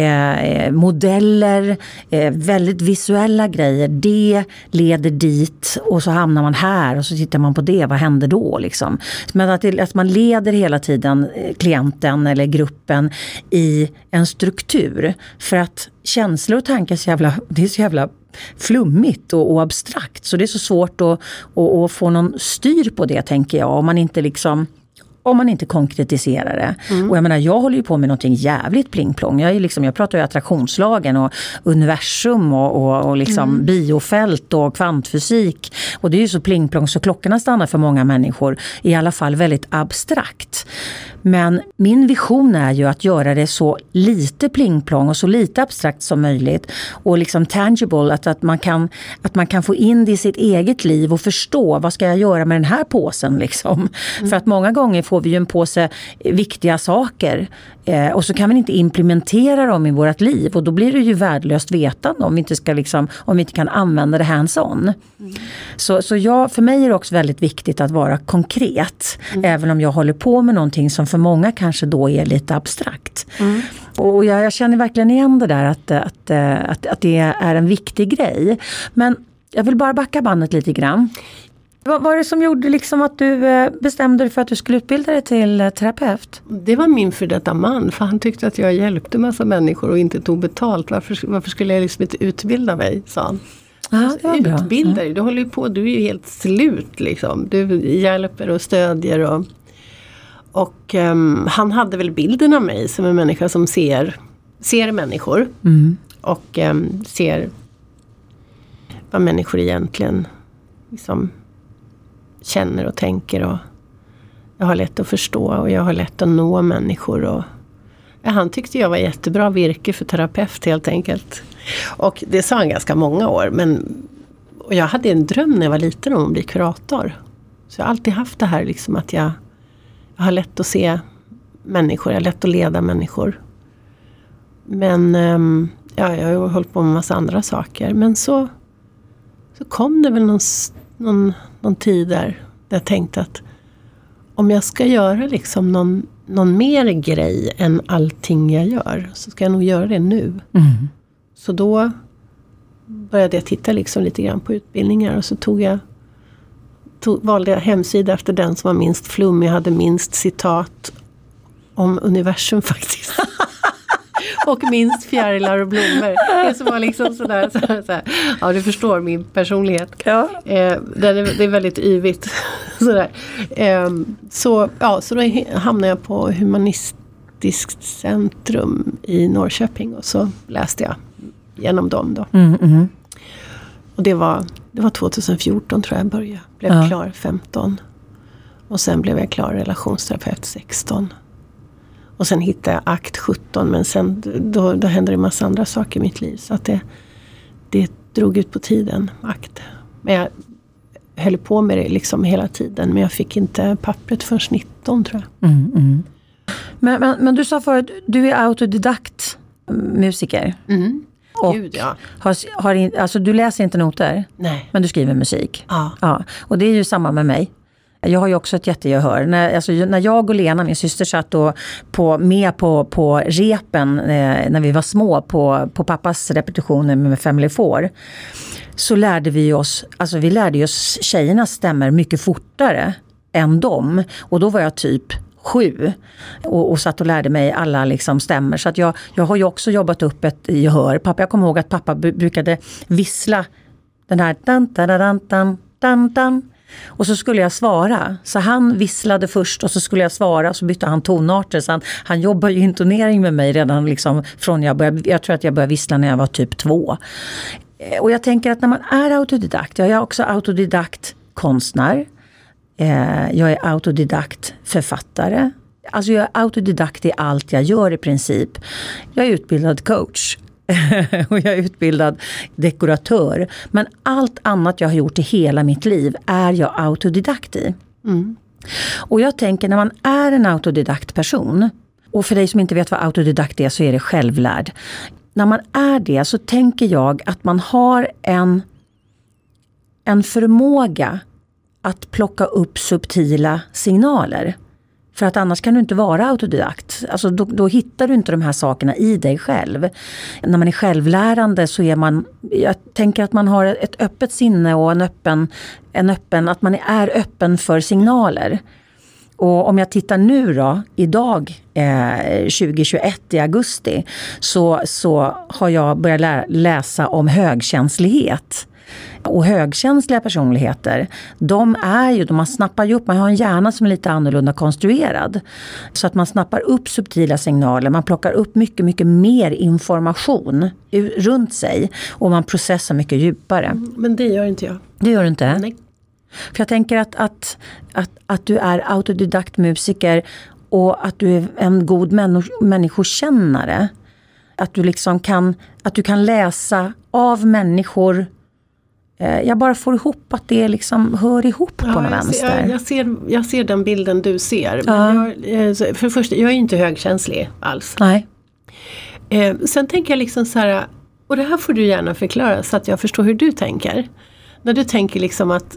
eh, modeller, eh, väldigt visuella grejer. Det leder dit och så hamnar man här och så tittar man på det. Vad händer då liksom? Men att, det, att man leder hela tiden klienten eller gruppen i en struktur. För att känslor och tankar är så jävla, det är så jävla flummigt och, och abstrakt. Så det är så svårt att, att, att få någon styr på det, tänker jag. Om man inte liksom Om man inte konkretiserar det. Mm. Och jag menar, jag håller ju på med någonting jävligt plingplong. Jag, är liksom, jag pratar ju attraktionslagen och universum och, och, och liksom mm. biofält och kvantfysik. Och det är ju så plingplong så klockorna stannar för många människor. I alla fall väldigt abstrakt. Men min vision är ju att göra det så lite plingplong och så lite abstrakt som möjligt. Och liksom tangible, att, att, man kan, att man kan få in det i sitt eget liv och förstå vad ska jag göra med den här påsen liksom. Mm. För att många gånger får vi ju en påse viktiga saker eh, och så kan vi inte implementera dem i vårt liv och då blir det ju värdelöst vetande om vi inte, ska liksom, om vi inte kan använda det hands-on. Mm. Så, så jag, för mig är det också väldigt viktigt att vara konkret mm. även om jag håller på med någonting som för många kanske då är lite abstrakt. Mm. Och jag, jag känner verkligen igen det där att, att, att, att det är en viktig grej. Men jag vill bara backa bandet lite grann. Vad var det som gjorde liksom att du bestämde dig för att du skulle utbilda dig till terapeut? Det var min för detta man, för han tyckte att jag hjälpte massa människor och inte tog betalt. Varför, varför skulle jag liksom inte utbilda mig, sa han. Aha, det var bra. Utbilda dig, du håller ju på, du är ju helt slut liksom. Du hjälper och stödjer och... Och um, han hade väl bilden av mig som en människa som ser, ser människor. Mm. Och um, ser vad människor egentligen liksom känner och tänker. Och jag har lätt att förstå och jag har lätt att nå människor. Och, ja, han tyckte jag var jättebra virke för terapeut helt enkelt. Och det sa han ganska många år. Men, och jag hade en dröm när jag var liten om att bli kurator. Så jag har alltid haft det här liksom att jag... Jag har lätt att se människor, jag har lätt att leda människor. Men um, ja, jag har hållit på med en massa andra saker. Men så, så kom det väl någon, någon, någon tid där, där jag tänkte att om jag ska göra liksom någon, någon mer grej än allting jag gör så ska jag nog göra det nu. Mm. Så då började jag titta liksom lite grann på utbildningar och så tog jag Tog, valde jag hemsida efter den som var minst flum. Jag hade minst citat om universum faktiskt. Och minst fjärilar och blommor. Det som var liksom sådär, sådär, sådär. Ja, du förstår min personlighet. Ja. Eh, det, är, det är väldigt yvigt. Sådär. Eh, så, ja, så då hamnade jag på Humanistiskt centrum i Norrköping. Och så läste jag genom dem då. Mm, mm. Och det var... Det var tjugohundrafjorton tror jag började. Blev ja. klar femton. Och sen blev jag klar relationsterapeut sexton. Och sen hittade jag akt sjutton. Men sen då, då hände det en massa andra saker i mitt liv. Så att det, det drog ut på tiden, akt. Men jag höll på med det liksom hela tiden. Men jag fick inte pappret förrän nitton tror jag. Mm, mm. Men, men, men du sa förut, du är autodidakt musiker. Mm. Och Gud, ja. har, har, alltså du läser inte noter, Nej. Men du skriver musik. Ja. Ja. Och det är ju samma med mig. Jag har ju också ett jättegehör. När, alltså, när jag och Lena, min syster, satt och på, med på, på repen eh, när vi var små på, på pappas repetitioner med Family Four, så lärde vi oss, alltså vi lärde oss tjejernas stämmer mycket fortare än dem. Och då var jag typ sju och, och satt och lärde mig alla liksom stämmer. Så att jag, jag har ju också jobbat upp ett gehör. Pappa, jag kommer ihåg att pappa b- brukade vissla den här dan, dan, dan, dan, dan, dan. Och så skulle jag svara. Så han visslade först och så skulle jag svara. Så bytte han tonarter. Så han, han jobbar ju intonering med mig redan liksom från jag började. Jag tror att jag började vissla när jag var typ två. Och jag tänker att när man är autodidakt. Jag är också autodidakt konstnär. Jag är autodidakt författare. Alltså jag är autodidakt i allt jag gör i princip. Jag är utbildad coach. Och jag är utbildad dekoratör. Men allt annat jag har gjort i hela mitt liv är jag autodidakt i. Mm. Och jag tänker när man är en autodidakt person. Och för dig som inte vet vad autodidakt är så är det självlärd. När man är det så tänker jag att man har en, en förmåga att plocka upp subtila signaler. För att annars kan du inte vara autodidakt. Alltså då, då hittar du inte de här sakerna i dig själv. När man är självlärande så är man... Jag tänker att man har ett öppet sinne och en öppen... En öppen att man är öppen för signaler. Och om jag tittar nu då, idag eh, tjugohundratjugoett i augusti. Så, så har jag börjat lä- läsa om högkänslighet. Och högkänsliga personligheter, de är ju, de man snappar ju upp, man har en hjärna som är lite annorlunda konstruerad. Så att man snappar upp subtila signaler, man plockar upp mycket, mycket mer information runt sig. Och man processar mycket djupare. Men det gör inte jag. Det gör du inte? Nej. För jag tänker att, att, att, att du är autodidakt musiker och att du är en god människ- människokännare. Att du liksom kan, att du kan läsa av människor. Jag bara får ihop att det liksom hör ihop på ja, någon jag vänster. Ser, jag, ser, jag ser den bilden du ser. Ja. Men jag, för det första, jag är inte högkänslig alls. Nej. Eh, sen tänker jag liksom så här, och det här får du gärna förklara så att jag förstår hur du tänker. När du tänker liksom att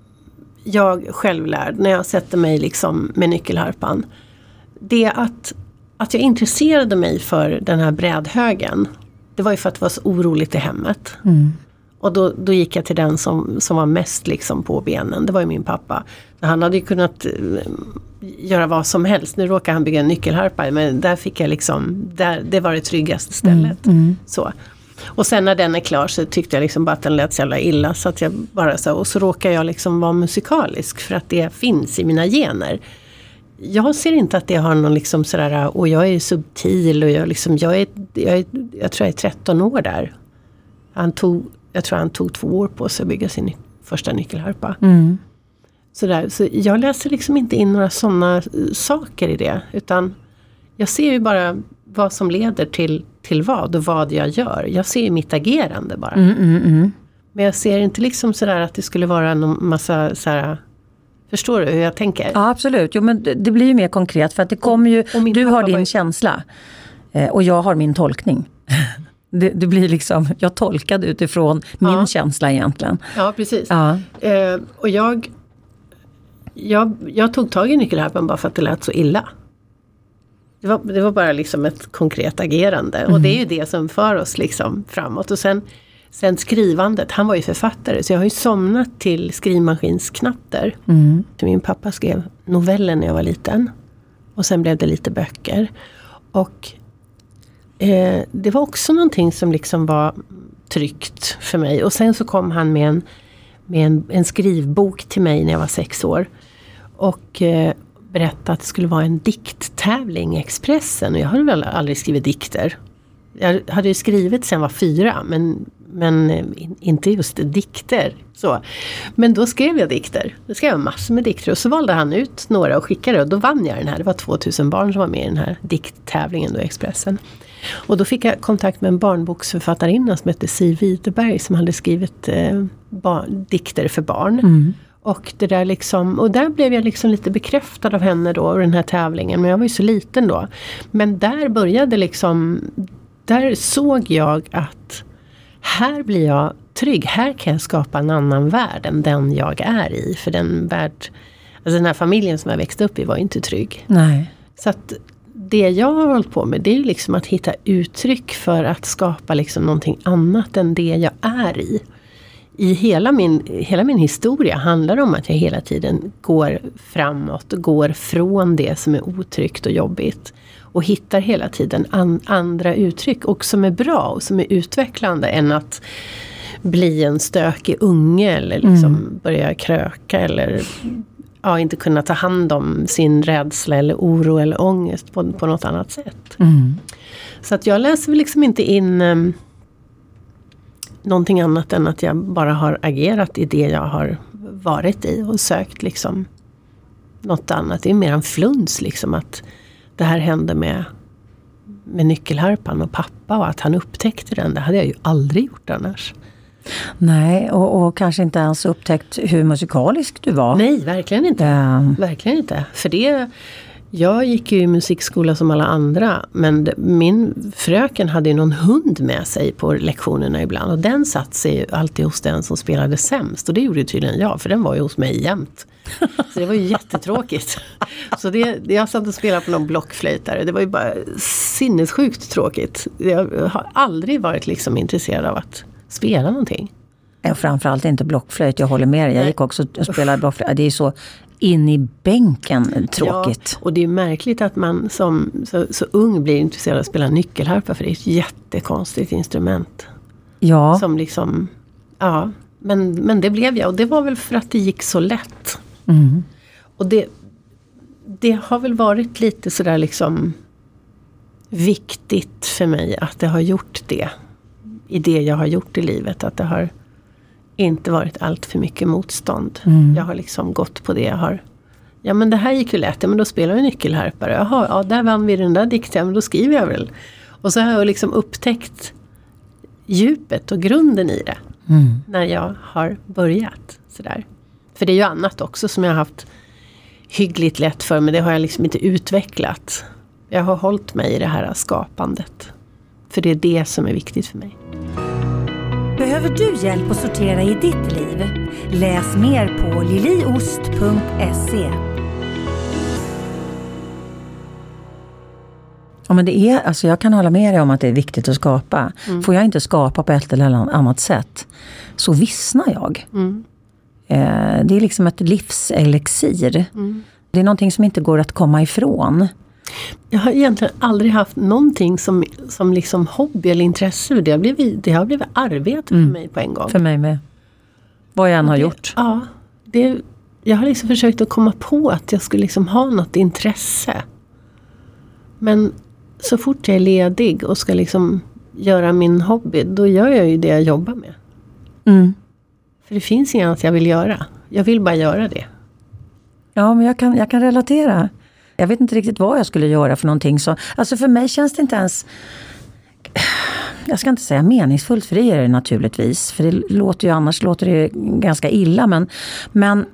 jag självlärd, när jag sätter mig liksom med nyckelharpan. Det att, att jag intresserade mig för den här brädhögen. Det var ju för att det var så oroligt i hemmet. Mm. Och då, då gick jag till den som, som var mest liksom på benen. Det var ju min pappa. Han hade ju kunnat uh, göra vad som helst. Nu råkar han bygga en nyckelharpa. Men där fick jag liksom, där, det var det tryggaste stället. Mm, mm. Så. Och sen när den är klar så tyckte jag liksom bara att den lät så jävla illa. Så att jag bara så, och så råkar jag liksom vara musikalisk. För att det finns i mina gener. Jag ser inte att det har någon liksom sådär, och jag är subtil och jag liksom, jag är, jag är, jag tror jag är tretton år där. Han tog... Jag tror han tog två år på sig att bygga sin ny- första nyckelharpa. Mm. Så, där, så jag läser liksom inte in några sådana saker i det. Utan jag ser ju bara vad som leder till, till vad och vad jag gör. Jag ser ju mitt agerande bara. Mm, mm, mm. Men jag ser inte liksom sådär att det skulle vara någon massa såhär... Förstår du hur jag tänker? Ja, absolut. Jo, men det, det blir ju mer konkret för att det kommer ju... Du har din var... känsla eh, och jag har min tolkning. Det, det blir liksom, jag tolkade utifrån min ja. känsla egentligen. Ja, precis. Ja. Eh, och jag, jag, jag tog tag i nyckelharpan bara för att det lät så illa. Det var, det var bara liksom ett konkret agerande. Mm. Och det är ju det som för oss liksom framåt. Och sen, sen skrivandet, han var ju författare. Så jag har ju somnat till skrivmaskinsknatter. Mm. Min pappa skrev noveller när jag var liten. Och sen blev det lite böcker. Och... Eh, det var också någonting som liksom var tryggt för mig. Och sen så kom han med en, med en, en skrivbok till mig när jag var sex år. Och eh, berättade att det skulle vara en dikttävling i Expressen. Och jag hade väl aldrig skrivit dikter. Jag hade ju skrivit sen jag var fyra. Men, men eh, inte just dikter. Så. Men då skrev jag dikter. Då skrev jag massor med dikter. Och så valde han ut några och skickade. Och då vann jag den här. Det var tvåtusen barn som var med i den här dikttävlingen då i Expressen. Och då fick jag kontakt med en barnboksförfattarinna som hette Siv Widerberg som hade skrivit eh, barn, dikter för barn. Mm. Och det där liksom, och där blev jag liksom lite bekräftad av henne då och den här tävlingen. Men jag var ju så liten då. Men där började liksom, där såg jag att här blir jag trygg. Här kan jag skapa en annan värld än den jag är i. För den värld, alltså den här familjen som jag växte upp i var inte trygg. Nej. Så att det jag har hållit på med, det är ju liksom att hitta uttryck för att skapa liksom någonting annat än det jag är i. I hela min, hela min historia handlar om att jag hela tiden går framåt och går från det som är otryggt och jobbigt. Och hittar hela tiden an, andra uttryck och som är bra och som är utvecklande än att bli en stökig unge eller liksom Mm. börja kröka eller ja, inte kunna ta hand om sin rädsla eller oro eller ångest på, på något annat sätt. Mm. Så att jag läser väl liksom inte in um, någonting annat än att jag bara har agerat i det jag har varit i och sökt liksom något annat. Det är mer en fluns liksom att det här hände med, med nyckelharpan och pappa och att han upptäckte den. Det hade jag ju aldrig gjort annars. Nej, och, och kanske inte ens upptäckt hur musikalisk du var. Nej, verkligen inte. Um. Verkligen inte. För det, jag gick ju i musikskola som alla andra, men min fröken hade ju någon hund med sig på lektionerna ibland. Och den satt sig ju alltid hos den som spelade sämst. Och det gjorde ju tydligen jag, för den var ju hos mig jämt. Så det var ju jättetråkigt. Så det, jag satt och spelade på någon blockflöjtare. Det var ju bara sinnessjukt tråkigt. Jag har aldrig varit liksom intresserad av att spela någonting. Och framförallt inte blockflöjt, jag håller med dig. Jag gick också och spelade blockflöjt. Det är så in i bänken tråkigt. Ja, och det är märkligt att man som så, så ung blir intresserad av att spela nyckelharpa, för det är ett jättekonstigt instrument. Ja. Som liksom, ja, men, men det blev jag. Och det var väl för att det gick så lätt. Mm. Och det, det har väl varit lite sådär liksom viktigt för mig att det har gjort det. I det jag har gjort i livet. Att det har inte varit allt för mycket motstånd. Mm. Jag har liksom gått på det jag har. Ja, men det här gick ju lätt. Ja, men då spelar vi nyckelharpare. Jaha, ja, där vann vi den där dikten. Men då skriver jag väl. Och så har jag liksom upptäckt djupet och grunden i det. Mm. När jag har börjat. Sådär. För det är ju annat också som jag har haft hyggligt lätt för. Men det har jag liksom inte utvecklat. Jag har hållit mig i det här skapandet. För det är det som är viktigt för mig. Behöver du hjälp att sortera i ditt liv? Läs mer på liliost punkt se. Ja, men det är, alltså jag kan hålla med dig om att det är viktigt att skapa. Mm. Får jag inte skapa på ett eller annat sätt så vissnar jag. Mm. Eh, det är liksom ett livselixir. Mm. Det är någonting som inte går att komma ifrån. Jag har egentligen aldrig haft någonting som, som liksom hobby eller intresse. Det har blivit, det har blivit arbete mm. för mig på en gång. För mig med. Vad jag än har det, gjort. Ja, det, jag har liksom försökt att komma på att jag skulle liksom ha något intresse. Men så fort jag är ledig och ska liksom göra min hobby, då gör jag ju det jag jobbar med. Mm. För det finns inget annat jag vill göra. Jag vill bara göra det. Ja, men jag kan, jag kan relatera. Jag vet inte riktigt vad jag skulle göra för någonting. Så, alltså för mig känns det inte ens... Jag ska inte säga meningsfullt, för det är det naturligtvis. För det låter ju, annars låter det ganska illa. Men, men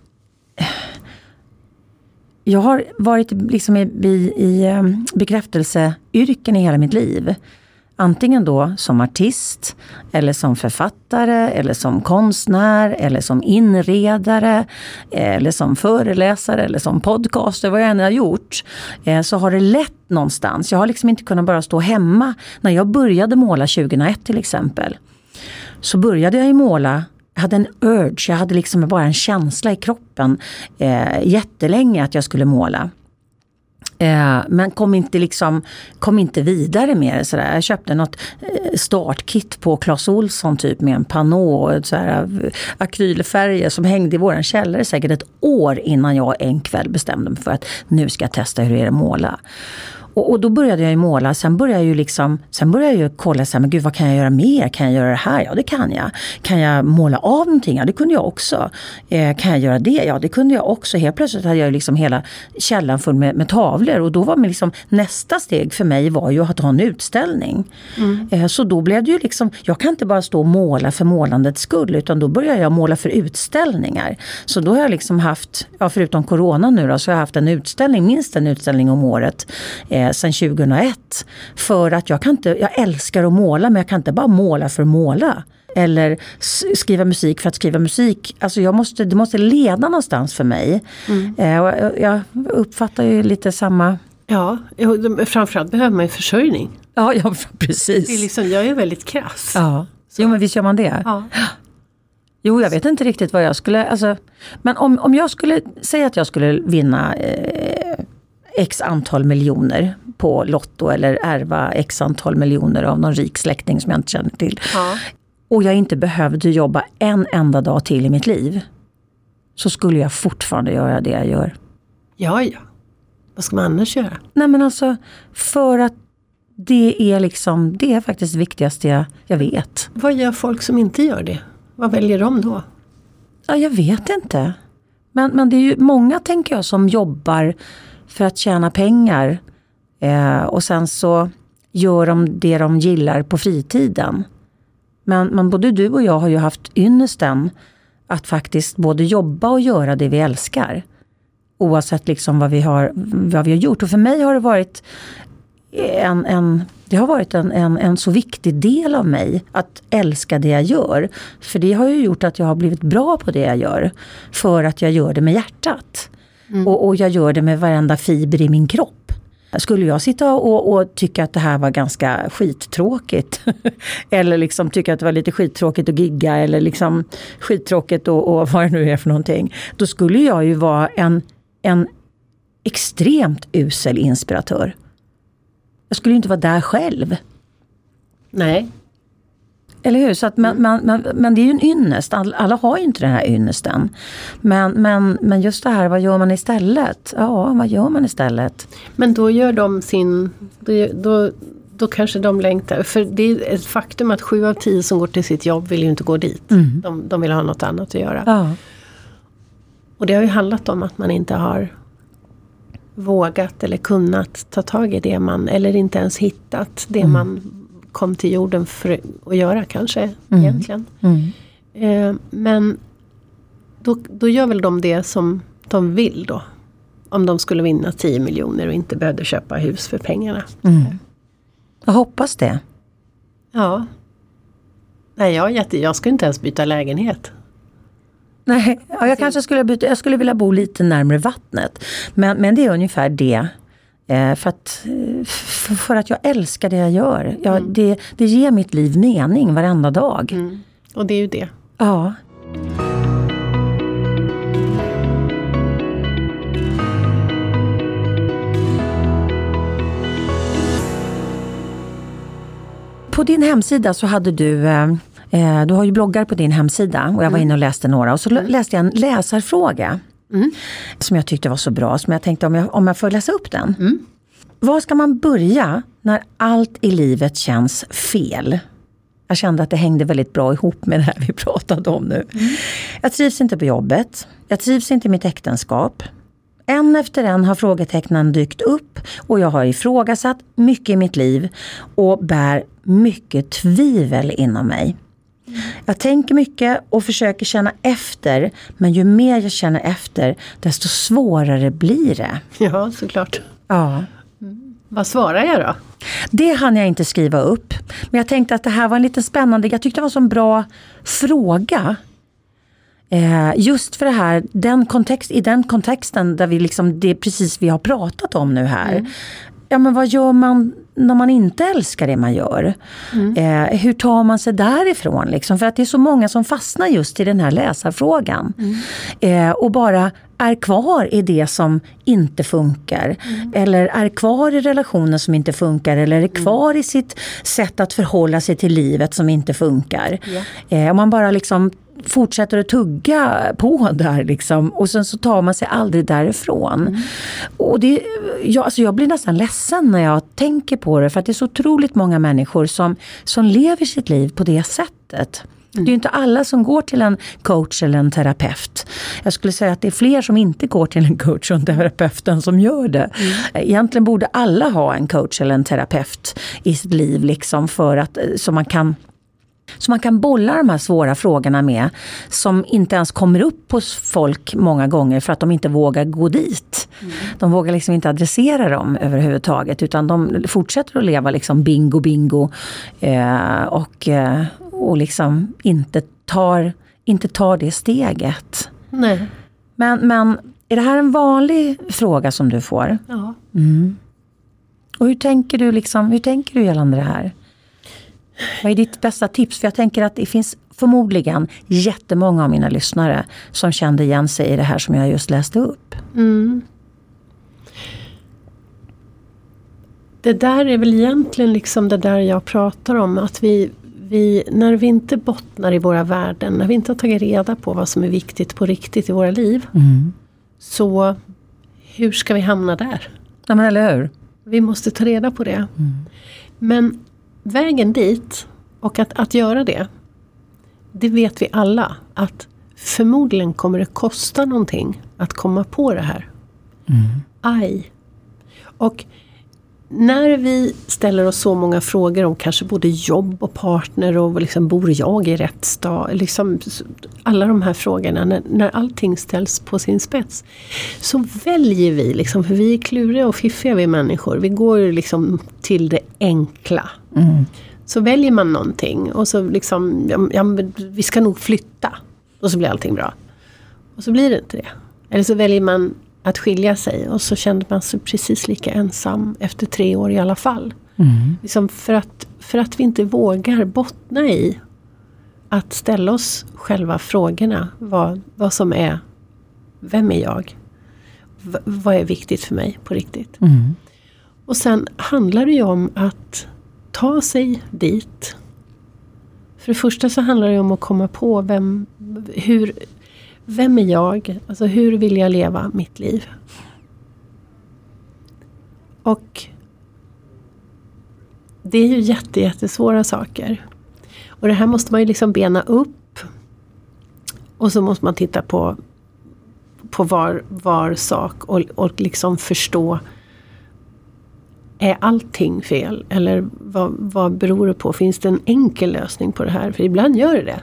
jag har varit liksom i, i, i bekräftelseyrken i hela mitt liv. Antingen då som artist, eller som författare, eller som konstnär, eller som inredare, eller som föreläsare, eller som podcaster, vad jag än har gjort, så har det lett någonstans. Jag har liksom inte kunnat bara stå hemma. När jag började måla tjugohundraett till exempel, så började jag ju måla. Jag hade en urge, jag hade liksom bara en känsla i kroppen eh, jättelänge att jag skulle måla. Eh, men kom inte, liksom, kom inte vidare med det. Sådär. Jag köpte något eh, startkit på Clas Ohlson typ med en panå och sådär, akrylfärger som hängde i våran källare säkert ett år innan jag en kväll bestämde mig för att nu ska jag testa hur det är att måla. Och, och då började jag ju måla, sen började jag ju liksom, sen började jag ju kolla så här, men gud, vad kan jag göra mer? Kan jag göra det här? Ja, det kan jag. Kan jag måla av någonting? Ja, det kunde jag också. Eh, kan jag göra det? Ja, det kunde jag också. Helt plötsligt hade jag liksom hela källan full med, med tavlor, och då var det liksom, nästa steg för mig var ju att ha en utställning. Mm. Eh, så då blev det ju liksom, jag kan inte bara stå och måla för målandets skull, utan då började jag måla för utställningar. Så då har jag liksom haft, ja, förutom corona nu då, så har jag haft en utställning, minst en utställning om året eh, sedan tjugohundraett. För att jag kan inte, jag älskar att måla, men jag kan inte bara måla för att måla. Eller skriva musik för att skriva musik. Alltså jag måste, det måste leda någonstans för mig. Mm. Eh, jag, jag uppfattar ju lite samma... Ja, framförallt behöver man ju försörjning. Ja, ja, precis. Det är liksom, jag är väldigt krass. Ja. Jo, men visst gör man det. Ja. Jo, jag vet inte riktigt vad jag skulle... Alltså, men om, om jag skulle säga att jag skulle vinna eh, x antal miljoner på Lotto, eller ärva x antal miljoner av någon rik släkting som jag inte känner till. Ja. och jag inte behövde jobba en enda dag till i mitt liv, så skulle jag fortfarande göra det jag gör. Ja, ja. Vad ska man annars göra? Nej, men alltså, för att det är liksom, det är faktiskt det viktigaste jag, jag vet. Vad gör folk som inte gör det? Vad väljer de då? Ja, jag vet inte. Men, men det är ju många, tänker jag, som jobbar för att tjäna pengar. Eh, och sen så gör de det de gillar på fritiden. Men, men både du och jag har ju haft ynnesten att faktiskt både jobba och göra det vi älskar. Oavsett liksom vad vi har, vad vi har gjort. Och för mig har det varit en, en, det har varit en, en, en så viktig del av mig att älska det jag gör. För det har ju gjort att jag har blivit bra på det jag gör. För att jag gör det med hjärtat. Mm. Och, och jag gör det med varenda fiber i min kropp. Skulle jag sitta och, och tycka att det här var ganska skittråkigt eller liksom tycka att det var lite skittråkigt att gigga eller liksom skittråkigt och, och vad det nu är för någonting, då skulle jag ju vara en, en extremt usel inspiratör. Jag skulle ju inte vara där själv. Nej. Eller hur? Så att man, man, man, men det är ju en ynnest. Alla har ju inte den här ynnesten. Men, men, men just det här, vad gör man istället? Ja, vad gör man istället? Men då gör de sin... Då, då, då kanske de längtar. För det är ett faktum att sju av tio som går till sitt jobb vill ju inte gå dit. Mm. De, de vill ha något annat att göra. Ja. Och det har ju handlat om att man inte har vågat eller kunnat ta tag i det man... Eller inte ens hittat det mm. man... kom till jorden för att göra kanske mm. egentligen. Mm. Eh, men då, då gör väl de det som de vill då. Om de skulle vinna tio miljoner och inte behövde köpa hus för pengarna. Mm. Jag hoppas det. Ja. Nej, jag, jag, jag skulle inte ens byta lägenhet. Nej, ja, jag kanske skulle byta, jag skulle vilja bo lite närmare vattnet. Men, men det är ungefär det. Eh, för, att, för, för att jag älskar det jag gör. Jag, mm. det, det ger mitt liv mening varenda dag. Mm. Och det är ju det. Ja. På din hemsida så hade du... Eh, du har ju bloggar på din hemsida. Och jag var inne och läste några. Och så mm. läste jag en läsarfråga. Mm. Som jag tyckte var så bra. Som jag tänkte om jag, om jag får läsa upp den. Mm. Var ska man börja när allt i livet känns fel? Jag kände att det hängde väldigt bra ihop med det här vi pratade om nu. Mm. Jag trivs inte på jobbet. Jag trivs inte i mitt äktenskap. En efter en har frågetecknen dykt upp. Och jag har ifrågasatt mycket i mitt liv. Och bär mycket tvivel inom mig. Mm. Jag tänker mycket och försöker känna efter. Men ju mer jag känner efter, desto svårare blir det. Ja, såklart. Ja. Mm. Vad svarar jag då? Det hann jag inte skriva upp. Men jag tänkte att det här var en lite spännande... Jag tyckte det var en så bra fråga. Eh, just för det här, den kontext, i den kontexten där vi liksom, det är precis vi har pratat om nu här. Mm. Ja, men vad gör man när man inte älskar det man gör? Mm. Eh, hur tar man sig därifrån? Liksom? För att det är så många som fastnar just i den här läsarfrågan. Mm. Eh, och bara är kvar i det som inte funkar. Mm. Eller är kvar i relationen som inte funkar. Eller är kvar mm. i sitt sätt att förhålla sig till livet som inte funkar. Yeah. Eh, om man bara liksom fortsätter att tugga på där liksom, och sen så tar man sig aldrig därifrån. Mm. Och det, jag, alltså jag blir nästan ledsen när jag tänker på det, för att det är så otroligt många människor som, som lever sitt liv på det sättet. Mm. Det är ju inte alla som går till en coach eller en terapeut. Jag skulle säga att det är fler som inte går till en coach och en terapeut än som gör det. Mm. Egentligen borde alla ha en coach eller en terapeut i sitt liv liksom, för att, så man kan Så man kan bolla de här svåra frågorna med, som inte ens kommer upp hos folk många gånger för att de inte vågar gå dit. Mm. De vågar liksom inte adressera dem överhuvudtaget, utan de fortsätter att leva liksom bingo bingo eh, och, eh, och liksom inte tar, inte tar det steget. Nej. Men, men är det här en vanlig fråga som du får? Ja. Mm. Och hur tänker du liksom, hur tänker du gällande det här? Vad är ditt bästa tips? För jag tänker att det finns förmodligen jättemånga av mina lyssnare som kände igen sig i det här som jag just läste upp. Mm. Det där är väl egentligen liksom det där jag pratar om. Att vi, vi, när vi inte bottnar i våra värden, när vi inte har tagit reda på vad som är viktigt på riktigt i våra liv, mm. så hur ska vi hamna där? Ja, men eller hur? Vi måste ta reda på det. Mm. Men vägen dit och att, att göra det, det vet vi alla, att förmodligen kommer det kosta någonting att komma på det här. Mm. Aj. Och när vi ställer oss så många frågor om kanske både jobb och partner och liksom, bor jag i rätt stad? Liksom, alla de här frågorna, när, när allting ställs på sin spets, så väljer vi, liksom, för vi är kluriga och fiffiga vi människor. Vi går liksom till det enkla. Mm. Så väljer man någonting och så liksom, ja, ja, vi ska nog flytta. Och så blir allting bra. Och så blir det inte det. Eller så väljer man att skilja sig. Och så kände man sig precis lika ensam efter tre år i alla fall. Mm. Liksom för, att, för att vi inte vågar bottna i att ställa oss själva frågorna. Vad, vad som är, vem är jag? V- vad är viktigt för mig på riktigt? Mm. Och sen handlar det ju om att ta sig dit. För det första så handlar det om att komma på vem, hur, vem är jag? Alltså hur vill jag leva mitt liv? Och det är ju jätte, jättesvåra saker. Och det här måste man ju liksom bena upp. Och så måste man titta på, på var, var sak och, och liksom förstå, är allting fel? Eller vad, vad beror det på? Finns det en enkel lösning på det här? För ibland gör det det.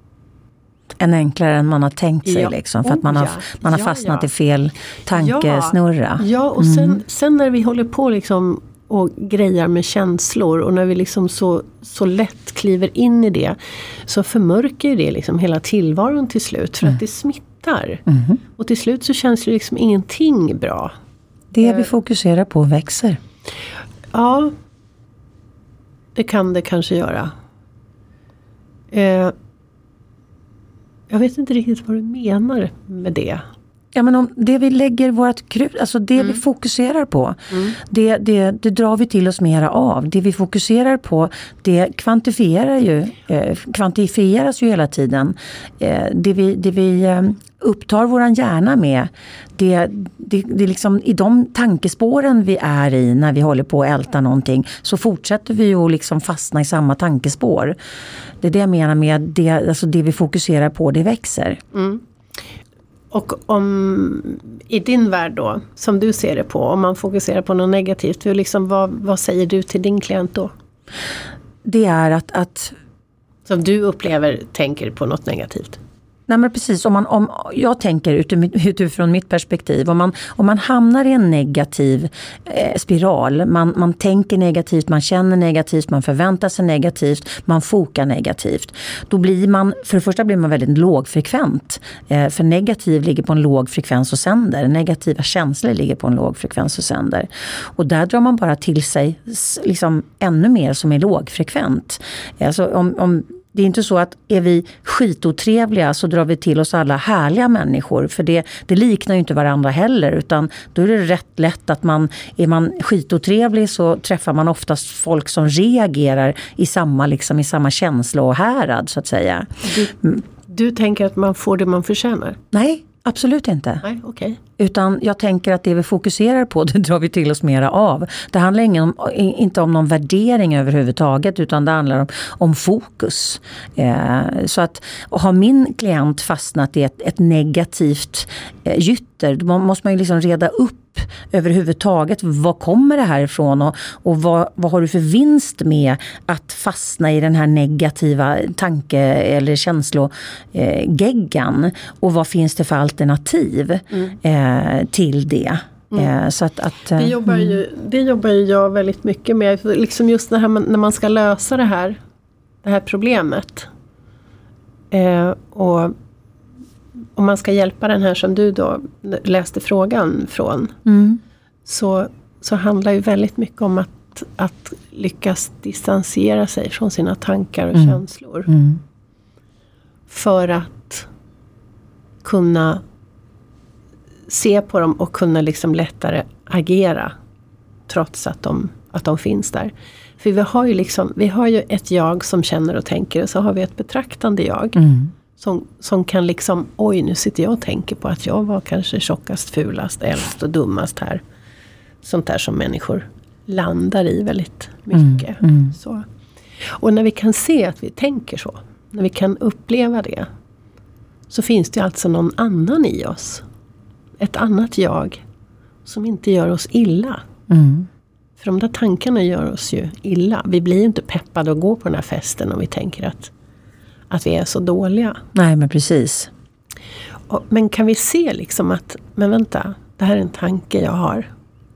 En enklare än man har tänkt sig, ja. liksom. För oh, att man har, man har ja, fastnat ja. i fel tankesnurra. Ja, ja och sen, mm. sen när vi håller på liksom och grejar med känslor och när vi liksom så, så lätt kliver in i det, så förmörker det liksom hela tillvaron till slut. För mm. att det smittar. Mm. Och till slut så känns det liksom ingenting bra. Det uh, vi fokuserar på växer. Ja, det kan det kanske göra. Eh, jag vet inte riktigt vad du menar med det. Ja, men om det vi lägger vårt krut, alltså det mm. vi fokuserar på, mm. det, det, det drar vi till oss mera av. Det vi fokuserar på, det kvantifierar ju, eh, kvantifieras ju hela tiden. Eh, det vi, det vi eh, upptar våran hjärna med, det, det, det är liksom i de tankespåren vi är i när vi håller på att älta någonting, så fortsätter vi ju att liksom fastna i samma tankespår. Det är det jag menar med det, alltså det vi fokuserar på, det växer. Mm. Och om i din värld då, som du ser det på, om man fokuserar på något negativt, hur liksom, vad, vad säger du till din klient då? Det är att, att... Som du upplever tänker på något negativt? Nej, men precis, om, man, om jag tänker utifrån mitt perspektiv, om man, om man hamnar i en negativ eh, spiral, man, man tänker negativt, man känner negativt, man förväntar sig negativt, man fokar negativt, då blir man, för det första blir man väldigt lågfrekvent, eh, för negativ ligger på en låg frekvens och sänder, negativa känslor ligger på en låg frekvens och sänder, och där drar man bara till sig liksom ännu mer som är lågfrekvent. Alltså om, om det är inte så att är vi skitotrevliga så drar vi till oss alla härliga människor. För det, det liknar ju inte varandra heller. Utan då är det rätt lätt att man, är man skitotrevlig så träffar man oftast folk som reagerar i samma, liksom, i samma känsla och härad, så att säga. Du, du tänker att man får det man förtjänar? Nej, absolut inte. Nej, okej. Okay. Utan jag tänker att det vi fokuserar på, det drar vi till oss mera av. Det handlar ingen om, inte om någon värdering överhuvudtaget, utan det handlar om, om fokus. Eh, så att har min klient fastnat i ett, ett negativt eh, gytter, då måste man ju liksom reda upp överhuvudtaget, vad kommer det här ifrån och, och vad, vad har du för vinst med att fastna i den här negativa tanke- eller känslogeggan, och vad finns det för alternativ mm. eh, till det. Mm. Eh, så att, att, det, jobbar ju, det jobbar ju jag väldigt mycket med, liksom just när man, när man ska lösa det här, det här problemet eh, och om man ska hjälpa den här som du då läste frågan från, mm. så, så handlar ju väldigt mycket om att, att lyckas distansera sig från sina tankar och mm. känslor. Mm. För att kunna se på dem och kunna liksom lättare agera trots att de, att de finns där. För vi har ju liksom, vi har ju ett jag som känner och tänker, och så har vi ett betraktande jag. Mm. Som, som kan liksom, oj nu sitter jag och tänker på att jag var kanske tjockast, fulast, äldst och dummast här. Sånt där som människor landar i väldigt mycket. Mm. Mm. Så. Och när vi kan se att vi tänker så, när vi kan uppleva det, så finns det alltså någon annan i oss. Ett annat jag som inte gör oss illa. Mm. För de där tankarna gör oss ju illa. Vi blir ju inte peppade att gå på den här festen om vi tänker att, att vi är så dåliga. Nej, men precis. Och, men kan vi se liksom att, men vänta, det här är en tanke jag har.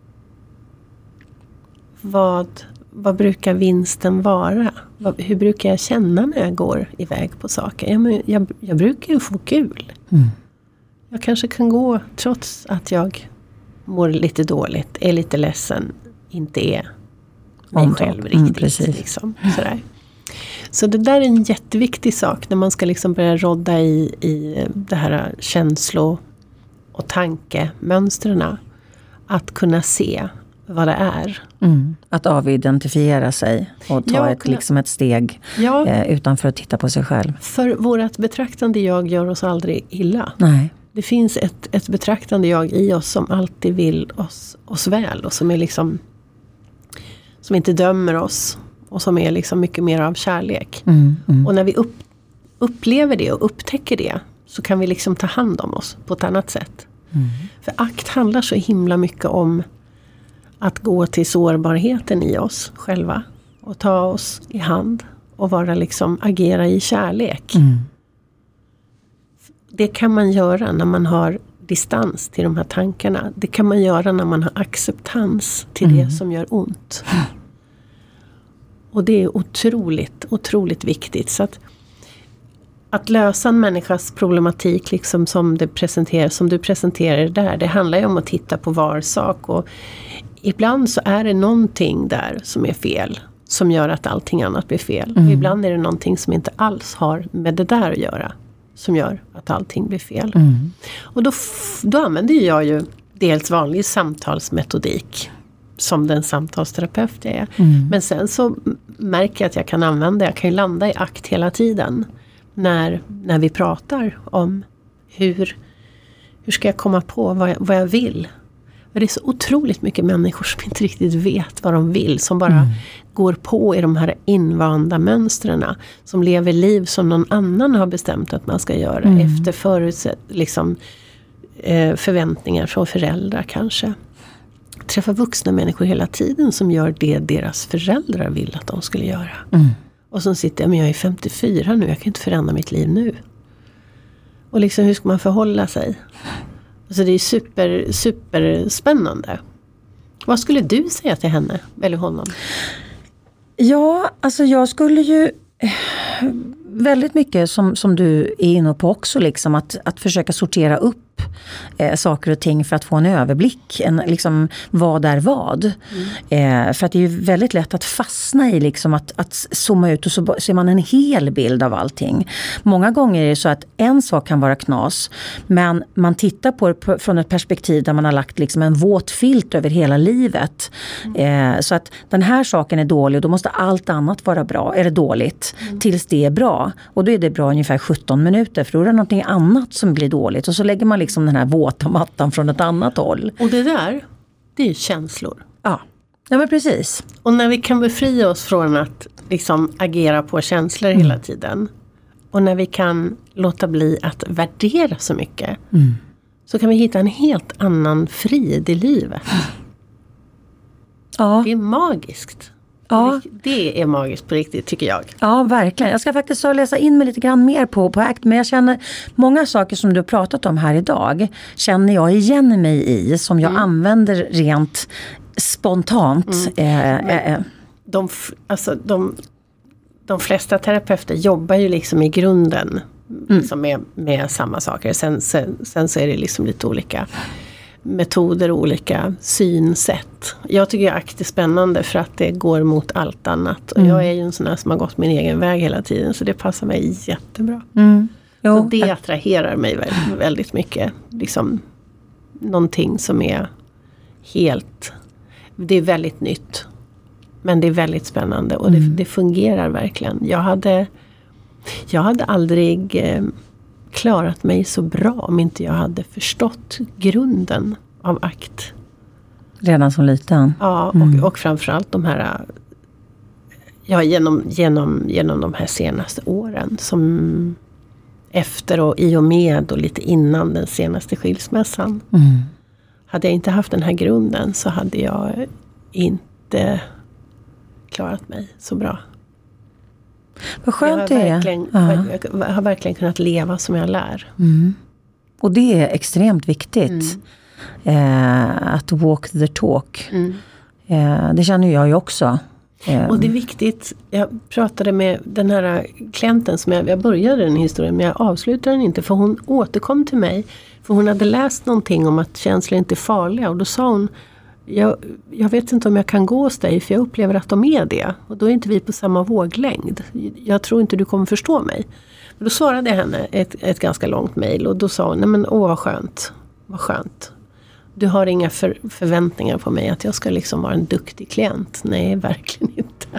Vad, vad brukar vinsten vara? Vad, hur brukar jag känna när jag går iväg på saker? Ja, men jag, jag brukar ju få kul. Mm. Jag kanske kan gå trots att jag mår lite dåligt, är lite ledsen, inte är mig själv riktigt. Mm, precis. Liksom, sådär. Så det där är en jätteviktig sak när man ska liksom börja rodda i, i det här känslo- och tankemönstren. Att kunna se vad det är. Mm. Att avidentifiera sig och ta Ja, ett, kunna... liksom ett steg ja, eh, utanför att titta på sig själv. För vårt betraktande jag gör oss aldrig illa. Nej. Det finns ett, ett betraktande jag i oss som alltid vill oss, oss väl. Och som är liksom, som inte dömer oss. Och som är liksom mycket mer av kärlek. Mm, mm. Och när vi upp, upplever det och upptäcker det, så kan vi liksom ta hand om oss på ett annat sätt. Mm. För akt handlar så himla mycket om att gå till sårbarheten i oss själva. Och ta oss i hand. Och vara liksom, agera i kärlek. Mm. Det kan man göra när man har distans till de här tankarna. Det kan man göra när man har acceptans till Mm. det som gör ont. Och det är otroligt, otroligt viktigt. Så att, att lösa en människas problematik liksom som, det presenterar, som du presenterar där. Det handlar ju om att titta på var sak. Och ibland så är det någonting där som är fel. Som gör att allting annat blir fel. Mm. Och ibland är det någonting som inte alls har med det där att göra. Som gör att allting blir fel. Mm. Och då, f- då använder jag ju dels vanlig samtalsmetodik. Som den samtalsterapeut jag är. Mm. Men sen så märker jag att jag kan använda, jag kan ju landa i akt hela tiden. När, när vi pratar om hur, hur ska jag komma på vad jag, vad jag vill. För det är så otroligt mycket människor som inte riktigt vet vad de vill. Som bara mm. går på i de här invanda mönstren. Som lever liv som någon annan har bestämt att man ska göra. Mm. Efter förutsätt, liksom, eh, förväntningar från föräldrar kanske. Träffa vuxna människor hela tiden som gör det deras föräldrar vill att de skulle göra. Mm. Och så sitter jag, men jag är femtiofyra nu, jag kan inte förändra mitt liv nu. Och liksom hur ska man förhålla sig? Alltså det är super, super spännande. Vad skulle du säga till henne eller honom? Ja, alltså jag skulle ju väldigt mycket som, som du är inne på också, liksom att, att försöka sortera upp eh, saker och ting för att få en överblick, en, liksom, vad är vad. Mm. Eh, för att det är ju väldigt lätt att fastna i liksom, att, att zooma ut och så ser man en hel bild av allting. Många gånger är det så att en sak kan vara knas, men man tittar på det från ett perspektiv där man har lagt liksom en våt filt över hela livet. Mm. Eh, så att den här saken är dålig och då måste allt annat vara bra, eller dåligt, mm. tills det är bra. Och då är det bra ungefär sjutton minuter, för då är det någonting annat som blir dåligt. Och så lägger man liksom den här våta mattan från ett annat håll. Och det där, det är känslor. Ja, ja men precis. Och när vi kan befria oss från att liksom agera på känslor mm. hela tiden. Och när vi kan låta bli att värdera så mycket. Mm. Så kan vi hitta en helt annan frid i livet. Ja. Det är magiskt. Ja. Det är magiskt på riktigt, tycker jag. Ja, verkligen. Jag ska faktiskt så läsa in mig lite grann mer på, på ACT. Men jag känner många saker som du har pratat om här idag. Känner jag igen mig i. Som jag mm. använder rent spontant. Mm. Eh, eh. De, alltså, de, de flesta terapeuter jobbar ju liksom i grunden. Mm. Liksom med, med samma saker. Sen, sen, sen så är det liksom lite olika metoder, olika synsätt. Jag tycker att ACT är spännande för att det går mot allt annat. Och mm. jag är ju en sån här som har gått min egen väg hela tiden, så det passar mig jättebra. Mm. Så det attraherar mig väldigt, väldigt mycket. Liksom någonting som är helt, det är väldigt nytt. Men det är väldigt spännande och det, mm. det fungerar verkligen. Jag hade, jag hade aldrig eh, klarat mig så bra om inte jag hade förstått grunden av A C T. Redan som liten? Ja, mm. och, och framförallt de här, ja, genom, genom, genom de här senaste åren. Som efter och i och med och lite innan den senaste skilsmässan. Mm. Hade jag inte haft den här grunden så hade jag inte klarat mig så bra. Vad skönt det är. Jag har verkligen kunnat leva som jag lär. Mm. Och det är extremt viktigt. Mm. Eh, att walk the talk. Mm. Eh, det känner jag ju också. Eh. Och det är viktigt. Jag pratade med den här klienten som jag, jag började den historien, men jag avslutade den inte. För hon återkom till mig. För hon hade läst någonting om att känslor inte är farliga. Och då sa hon, jag, jag vet inte om jag kan gå hos dig för jag upplever att de är det. Och då är inte vi på samma våglängd. Jag tror inte du kommer förstå mig. Men då svarade jag henne ett, ett ganska långt mejl. Och då sa hon, nej men åh vad skönt. Vad skönt. Du har inga för, förväntningar på mig att jag ska liksom vara en duktig klient. Nej, verkligen inte.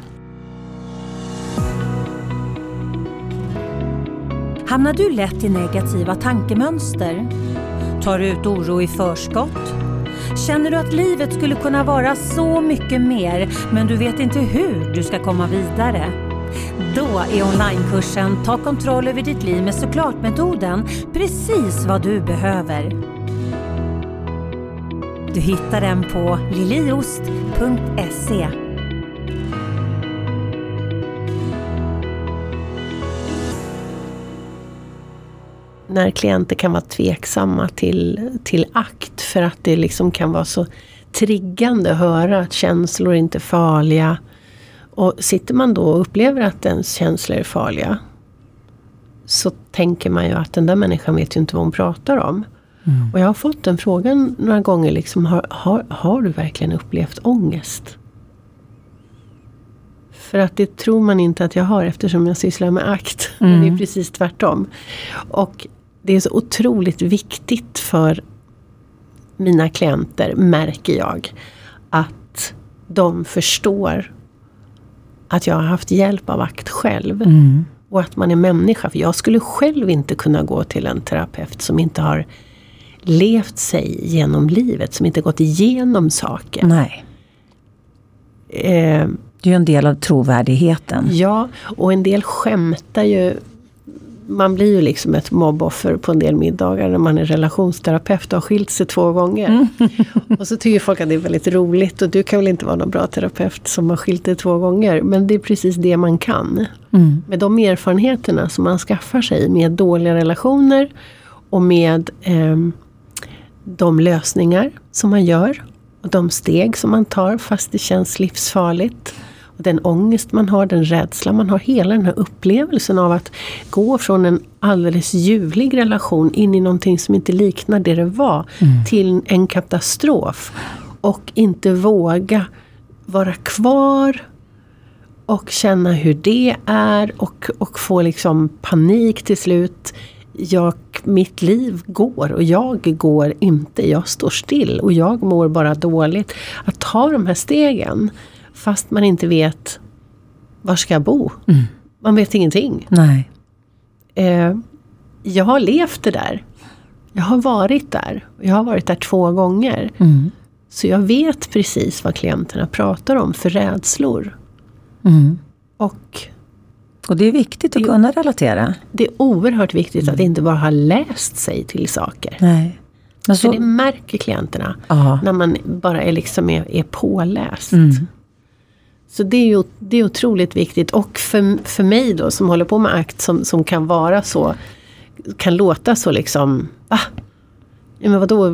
Hamnar du lätt i negativa tankemönster? Tar du ut oro i förskott? Känner du att livet skulle kunna vara så mycket mer, men du vet inte hur du ska komma vidare? Då är onlinekursen Ta kontroll över ditt liv med såklart-metoden precis vad du behöver. Du hittar den på liliost punkt se. När klienter kan vara tveksamma till, till akt för att det liksom kan vara så triggande att höra att känslor inte är farliga. Och sitter man då och upplever att ens känslor är farliga så tänker man ju att den där människan vet ju inte vad hon pratar om. Mm. Och jag har fått den frågan några gånger liksom, har, har, har du verkligen upplevt ångest? För att det tror man inte att jag har eftersom jag sysslar med akt. Mm. Det är precis tvärtom. Och det är så otroligt viktigt för mina klienter, märker jag, att de förstår att jag har haft hjälp av akt själv. Mm. Och att man är människa. För jag skulle själv inte kunna gå till en terapeut som inte har levt sig genom livet. Som inte gått igenom saker. Nej. Eh, det är ju en del av trovärdigheten. Ja, och en del skämtar ju. Man blir ju liksom ett mobboffer på en del middagar när man är relationsterapeut och har skilt sig två gånger. Mm. Och så tycker folk att det är väldigt roligt. Och du kan väl inte vara någon bra terapeut som har skilt dig två gånger. Men det är precis det man kan. Mm. Med de erfarenheterna som man skaffar sig med dåliga relationer. Och med eh, de lösningar som man gör. Och de steg som man tar fast det känns livsfarligt. Och den ångest man har, den rädsla man har, hela den här upplevelsen av att gå från en alldeles ljuvlig relation in i någonting som inte liknar det det var, mm. till en katastrof. Och inte våga vara kvar och känna hur det är och, och få liksom panik till slut. Jag, mitt liv går och jag går inte, jag står still och jag mår bara dåligt. Att ta de här stegen fast man inte vet var ska jag bo. Mm. Man vet ingenting. Nej. Eh, jag har levt det där. Jag har varit där. Jag har varit där två gånger. Mm. Så jag vet precis vad klienterna pratar om för rädslor. Mm. Och, och det är viktigt att det, kunna relatera. Det är oerhört viktigt mm. att inte bara ha läst sig till saker. Nej. Men så, för det märker klienterna aha. När man bara är, liksom är, är påläst. Mm. Så det är ju det är otroligt viktigt. Och för, för mig då som håller på med akt som, som kan vara så, kan låta så liksom, ah, ja, men vadå,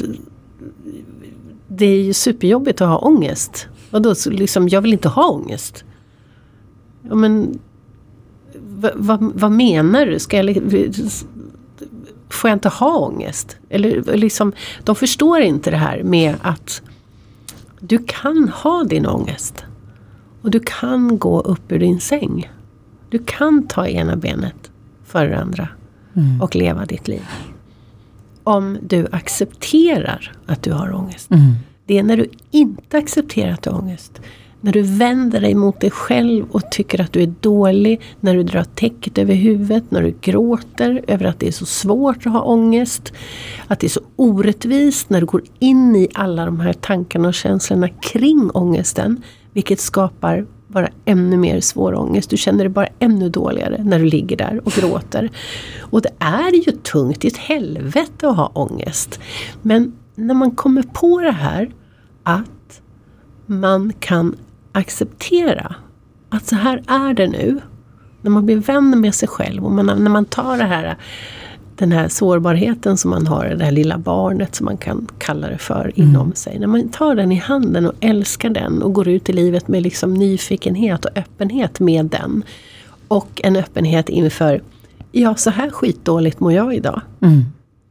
det är ju superjobbigt att ha ångest. Vadå, så liksom, jag vill inte ha ångest. Ja, men vad, vad, vad menar du? Ska jag, får jag inte ha ångest? Eller liksom, de förstår inte det här med att du kan ha din ångest. Och du kan gå upp ur din säng. Du kan ta ena benet för det andra. Mm. Och leva ditt liv. Om du accepterar att du har ångest. Mm. Det är när du inte accepterar att du har ångest. När du vänder dig mot dig själv och tycker att du är dålig, när du drar täcket över huvudet, när du gråter över att det är så svårt att ha ångest, att det är så orättvist, när du går in i alla de här tankarna och känslorna kring ångesten, vilket skapar bara ännu mer svår ångest. Du känner dig bara ännu dåligare när du ligger där och gråter. Och det är ju tungt, i ett helvete att ha ångest. Men när man kommer på det här, att man kan acceptera att så här är det nu. När man blir vän med sig själv och man, när man tar det här, den här sårbarheten som man har, det här lilla barnet som man kan kalla det för mm. inom sig. När man tar den i handen och älskar den och går ut i livet med liksom nyfikenhet och öppenhet med den. Och en öppenhet inför, ja, så här skitdåligt mår jag idag. Mm.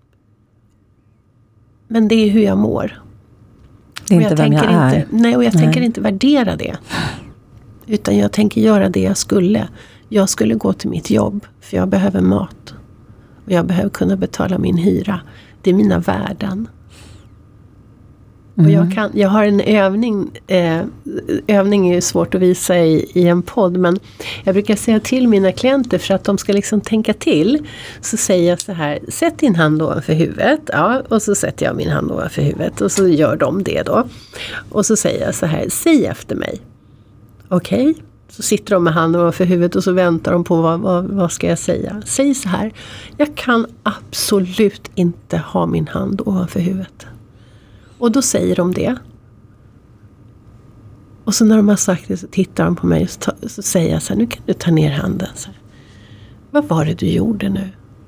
Men det är hur jag mår. Det är inte vem jag är. Inte, nej, och jag nej. tänker inte värdera det. Utan jag tänker göra det jag skulle. Jag skulle gå till mitt jobb, för jag behöver mat. Och jag behöver kunna betala min hyra. Det är mina värden. Mm. Och jag, kan, jag har en övning. Eh, övning är ju svårt att visa i, i en podd. Men jag brukar säga till mina klienter, för att de ska liksom tänka till. Så säger jag så här: sätt din hand ovanför huvudet. Ja, och så sätter jag min hand ovanför huvudet. Och så gör de det då. Och så säger jag så här: säg efter mig. Okej? Okay? Så sitter de med handen ovanför huvudet och så väntar de på vad, vad, vad ska jag säga. Säg så här: jag kan absolut inte ha min hand ovanför huvudet. Och då säger de det. Och så när de har sagt det så tittar de på mig och så, ta, så säger jag så här: nu kan du ta ner handen. Så här. Vad var det du gjorde nu?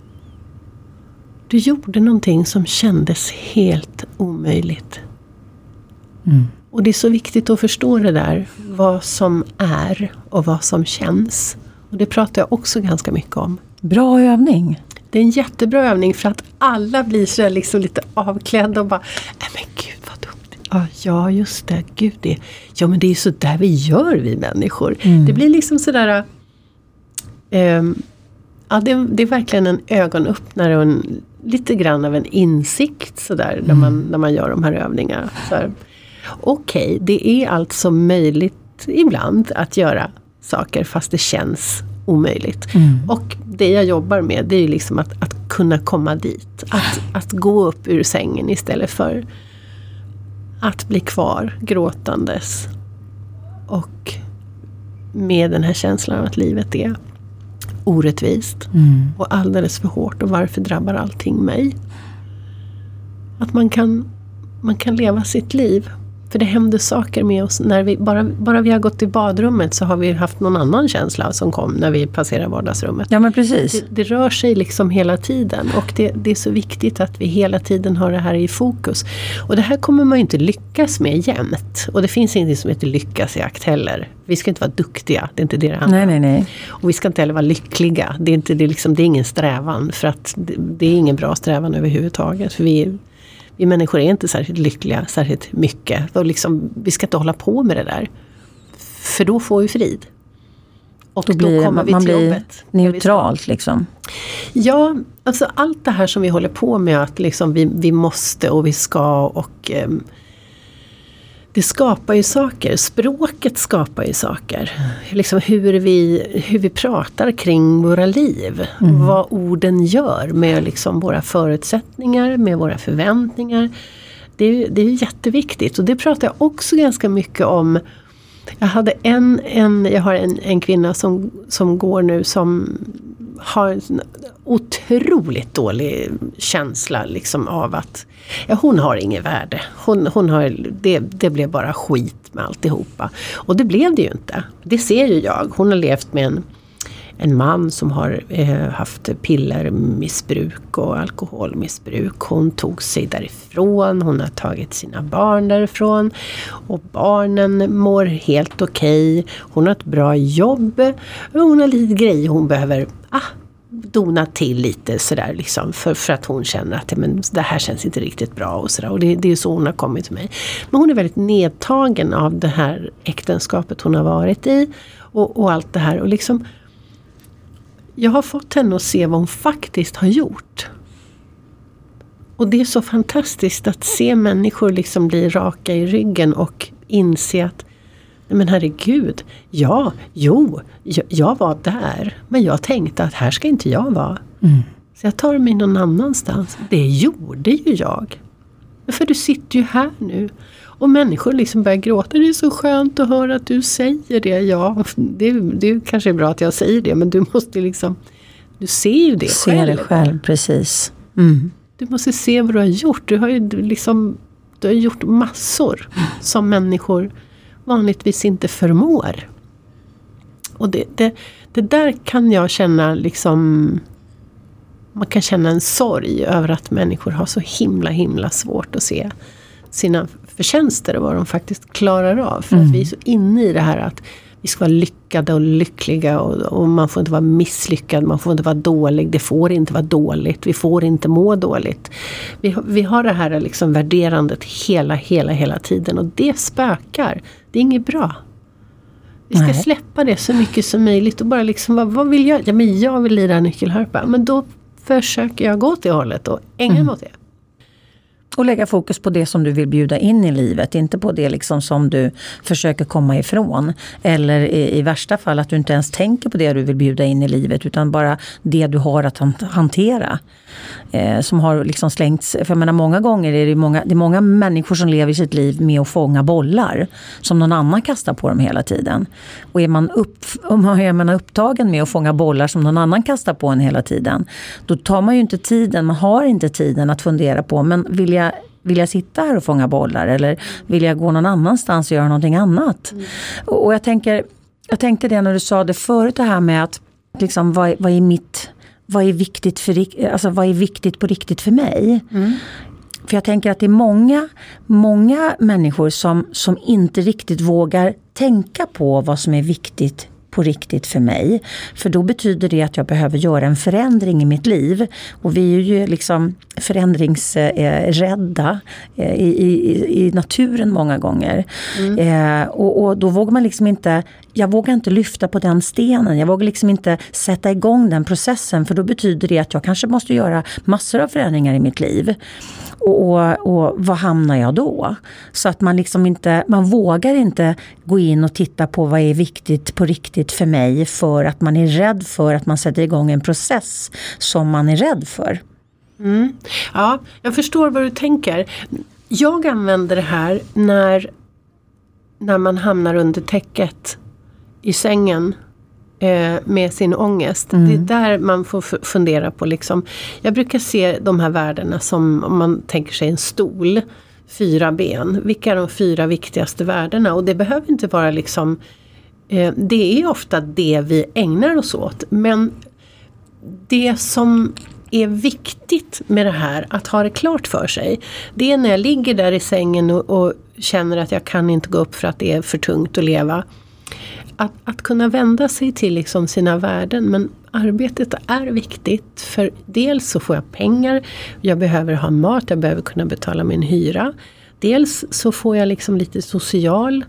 Du gjorde någonting som kändes helt omöjligt. Mm. Och det är så viktigt att förstå det där. Vad som är och vad som känns. Och det pratar jag också ganska mycket om. Bra övning. Det är en jättebra övning, för att alla blir så liksom lite avklädda och bara, nej men gud vad dumt. Ah, ja just det, gud det. Ja men det är så där vi gör, vi människor. Mm. Det blir liksom sådär, eh, ja det, det är verkligen en ögonöppnare och en, lite grann av en insikt sådär mm. när, man, när man gör de här övningarna. Så här. Okej, det är alltså möjligt ibland att göra saker fast det känns omöjligt. Mm. Och det jag jobbar med, det är ju liksom att, att kunna komma dit. Att, att gå upp ur sängen istället för att bli kvar gråtandes. Och med den här känslan av att livet är orättvist. Mm. Och alldeles för hårt. Och varför drabbar allting mig? Att man kan, man kan leva sitt liv. För det händer saker med oss. När vi, bara, bara vi har gått i badrummet så har vi haft någon annan känsla som kom när vi passerar vardagsrummet. Ja men precis. Det, det rör sig liksom hela tiden. Och det, det är så viktigt att vi hela tiden har det här i fokus. Och det här kommer man ju inte lyckas med jämt. Och det finns inget som heter lyckas i akt heller. Vi ska inte vara duktiga. Det är inte det det handlar om. Nej, nej, nej. Och vi ska inte heller vara lyckliga. Det är, inte, det är, liksom, det är ingen strävan. För att det, det är ingen bra strävan överhuvudtaget. För vi Vi människor är inte särskilt lyckliga, särskilt mycket. Och liksom, vi ska inte hålla på med det där. För då får vi frid. Och då, blir, då kommer vi man till blir jobbet. neutralt liksom. Ja, alltså allt det här som vi håller på med. Att liksom vi, vi måste och vi ska. Och eh, det skapar ju saker. Språket skapar ju saker. Liksom hur vi, hur vi pratar kring våra liv. Mm. Vad orden gör med liksom våra förutsättningar, med våra förväntningar. Det är, det är jätteviktigt. Och det pratar jag också ganska mycket om. Jag, hade en, en, jag har en, en kvinna som, som går nu som har en otroligt dålig känsla liksom av att ja, hon har ingen värde. Hon, hon har, det, det blev bara skit med alltihopa. Och det blev det ju inte. Det ser ju jag. Hon har levt med en, en man som har eh, haft pillermissbruk och alkoholmissbruk. Hon tog sig därifrån. Hon har tagit sina barn därifrån. Och barnen mår helt okej. Hon har ett bra jobb. Och hon har lite grejer hon behöver ah, dona till lite sådär liksom. För, för att hon känner att men, det här känns inte riktigt bra och sådär. Och det, det är så hon har kommit till mig. Men hon är väldigt nedtagen av det här äktenskapet hon har varit i. Och, och allt det här. Och liksom jag har fått henne att se vad hon faktiskt har gjort. Och det är så fantastiskt att se människor liksom bli raka i ryggen och inse att Men herregud, ja, jo, jag, jag var där. Men jag tänkte att här ska inte jag vara. Mm. Så jag tar mig någon annanstans. Det gjorde ju jag. För du sitter ju här nu. Och människor liksom börjar gråta. Det är så skönt att höra att du säger det. Ja, det, det kanske är bra att jag säger det. Men du måste liksom... Du ser ju det ser själv. Ser det själv, precis. Mm. Du måste se vad du har gjort. Du har ju liksom... Du har gjort massor som människor vanligtvis inte förmår. Och det, det, det där kan jag känna liksom... Man kan känna en sorg över att människor har så himla himla svårt att se sina förtjänster och vad de faktiskt klarar av. För mm. att vi är så inne i det här att vi ska vara lyckade och lyckliga och, och man får inte vara misslyckad, man får inte vara dålig, det får inte vara dåligt, vi får inte må dåligt. Vi, vi har det här liksom värderandet hela, hela, hela tiden och det spökar. Det är inget bra. Vi ska Nej. släppa det så mycket som möjligt och bara liksom, vad, vad vill jag? Ja, men jag vill lira nyckelharpa. Men då försöker jag gå till hållet och ägna mm. mot det. Och lägga fokus på det som du vill bjuda in i livet. Inte på det liksom som du försöker komma ifrån. Eller i, i värsta fall att du inte ens tänker på det du vill bjuda in i livet. Utan bara det du har att hantera. Eh, som har liksom slängts. För jag menar, många gånger är det många, det är många människor som lever sitt liv med att fånga bollar. Som någon annan kastar på dem hela tiden. Och är man, upp, om man är upptagen med att fånga bollar som någon annan kastar på en hela tiden. Då tar man ju inte tiden. Man har inte tiden att fundera på. Men vill jag Vill jag sitta här och fånga bollar eller vill jag gå någon annanstans och göra någonting annat? Mm. Och jag tänker, jag tänkte det när du sa det förut, det här med att liksom, vad, vad är mitt, vad är viktigt för, alltså vad är viktigt på riktigt för mig? Mm. För jag tänker att det är många, många människor som, som inte riktigt vågar tänka på vad som är viktigt på riktigt för mig. För då betyder det att jag behöver göra en förändring i mitt liv. Och vi är ju liksom förändringsrädda eh, i, i, i naturen många gånger. Mm. Eh, och, och då vågar man liksom inte, jag vågar inte lyfta på den stenen. Jag vågar liksom inte sätta igång den processen. För då betyder det att jag kanske måste göra massor av förändringar i mitt liv. Och, och, och vad hamnar jag då? Så att man liksom inte, man vågar inte gå in och titta på vad är viktigt på riktigt för mig, för att man är rädd för att man sätter igång en process som man är rädd för. Mm. Ja, jag förstår vad du tänker. Jag använder det här när, när man hamnar under täcket i sängen med sin ångest. Mm. Det är där man får fundera på liksom. Jag brukar se de här värdena som om man tänker sig en stol, fyra ben. Vilka är de fyra viktigaste värdena? Och det behöver inte vara liksom, eh, det är ofta det vi ägnar oss åt. Men det som är viktigt med det här, att ha det klart för sig, det är när jag ligger där i sängen och, och känner att jag kan inte gå upp för att det är för tungt att leva. Att, att kunna vända sig till liksom sina värden, men arbetet är viktigt, för dels så får jag pengar, jag behöver ha mat, jag behöver kunna betala min hyra, dels så får jag liksom lite social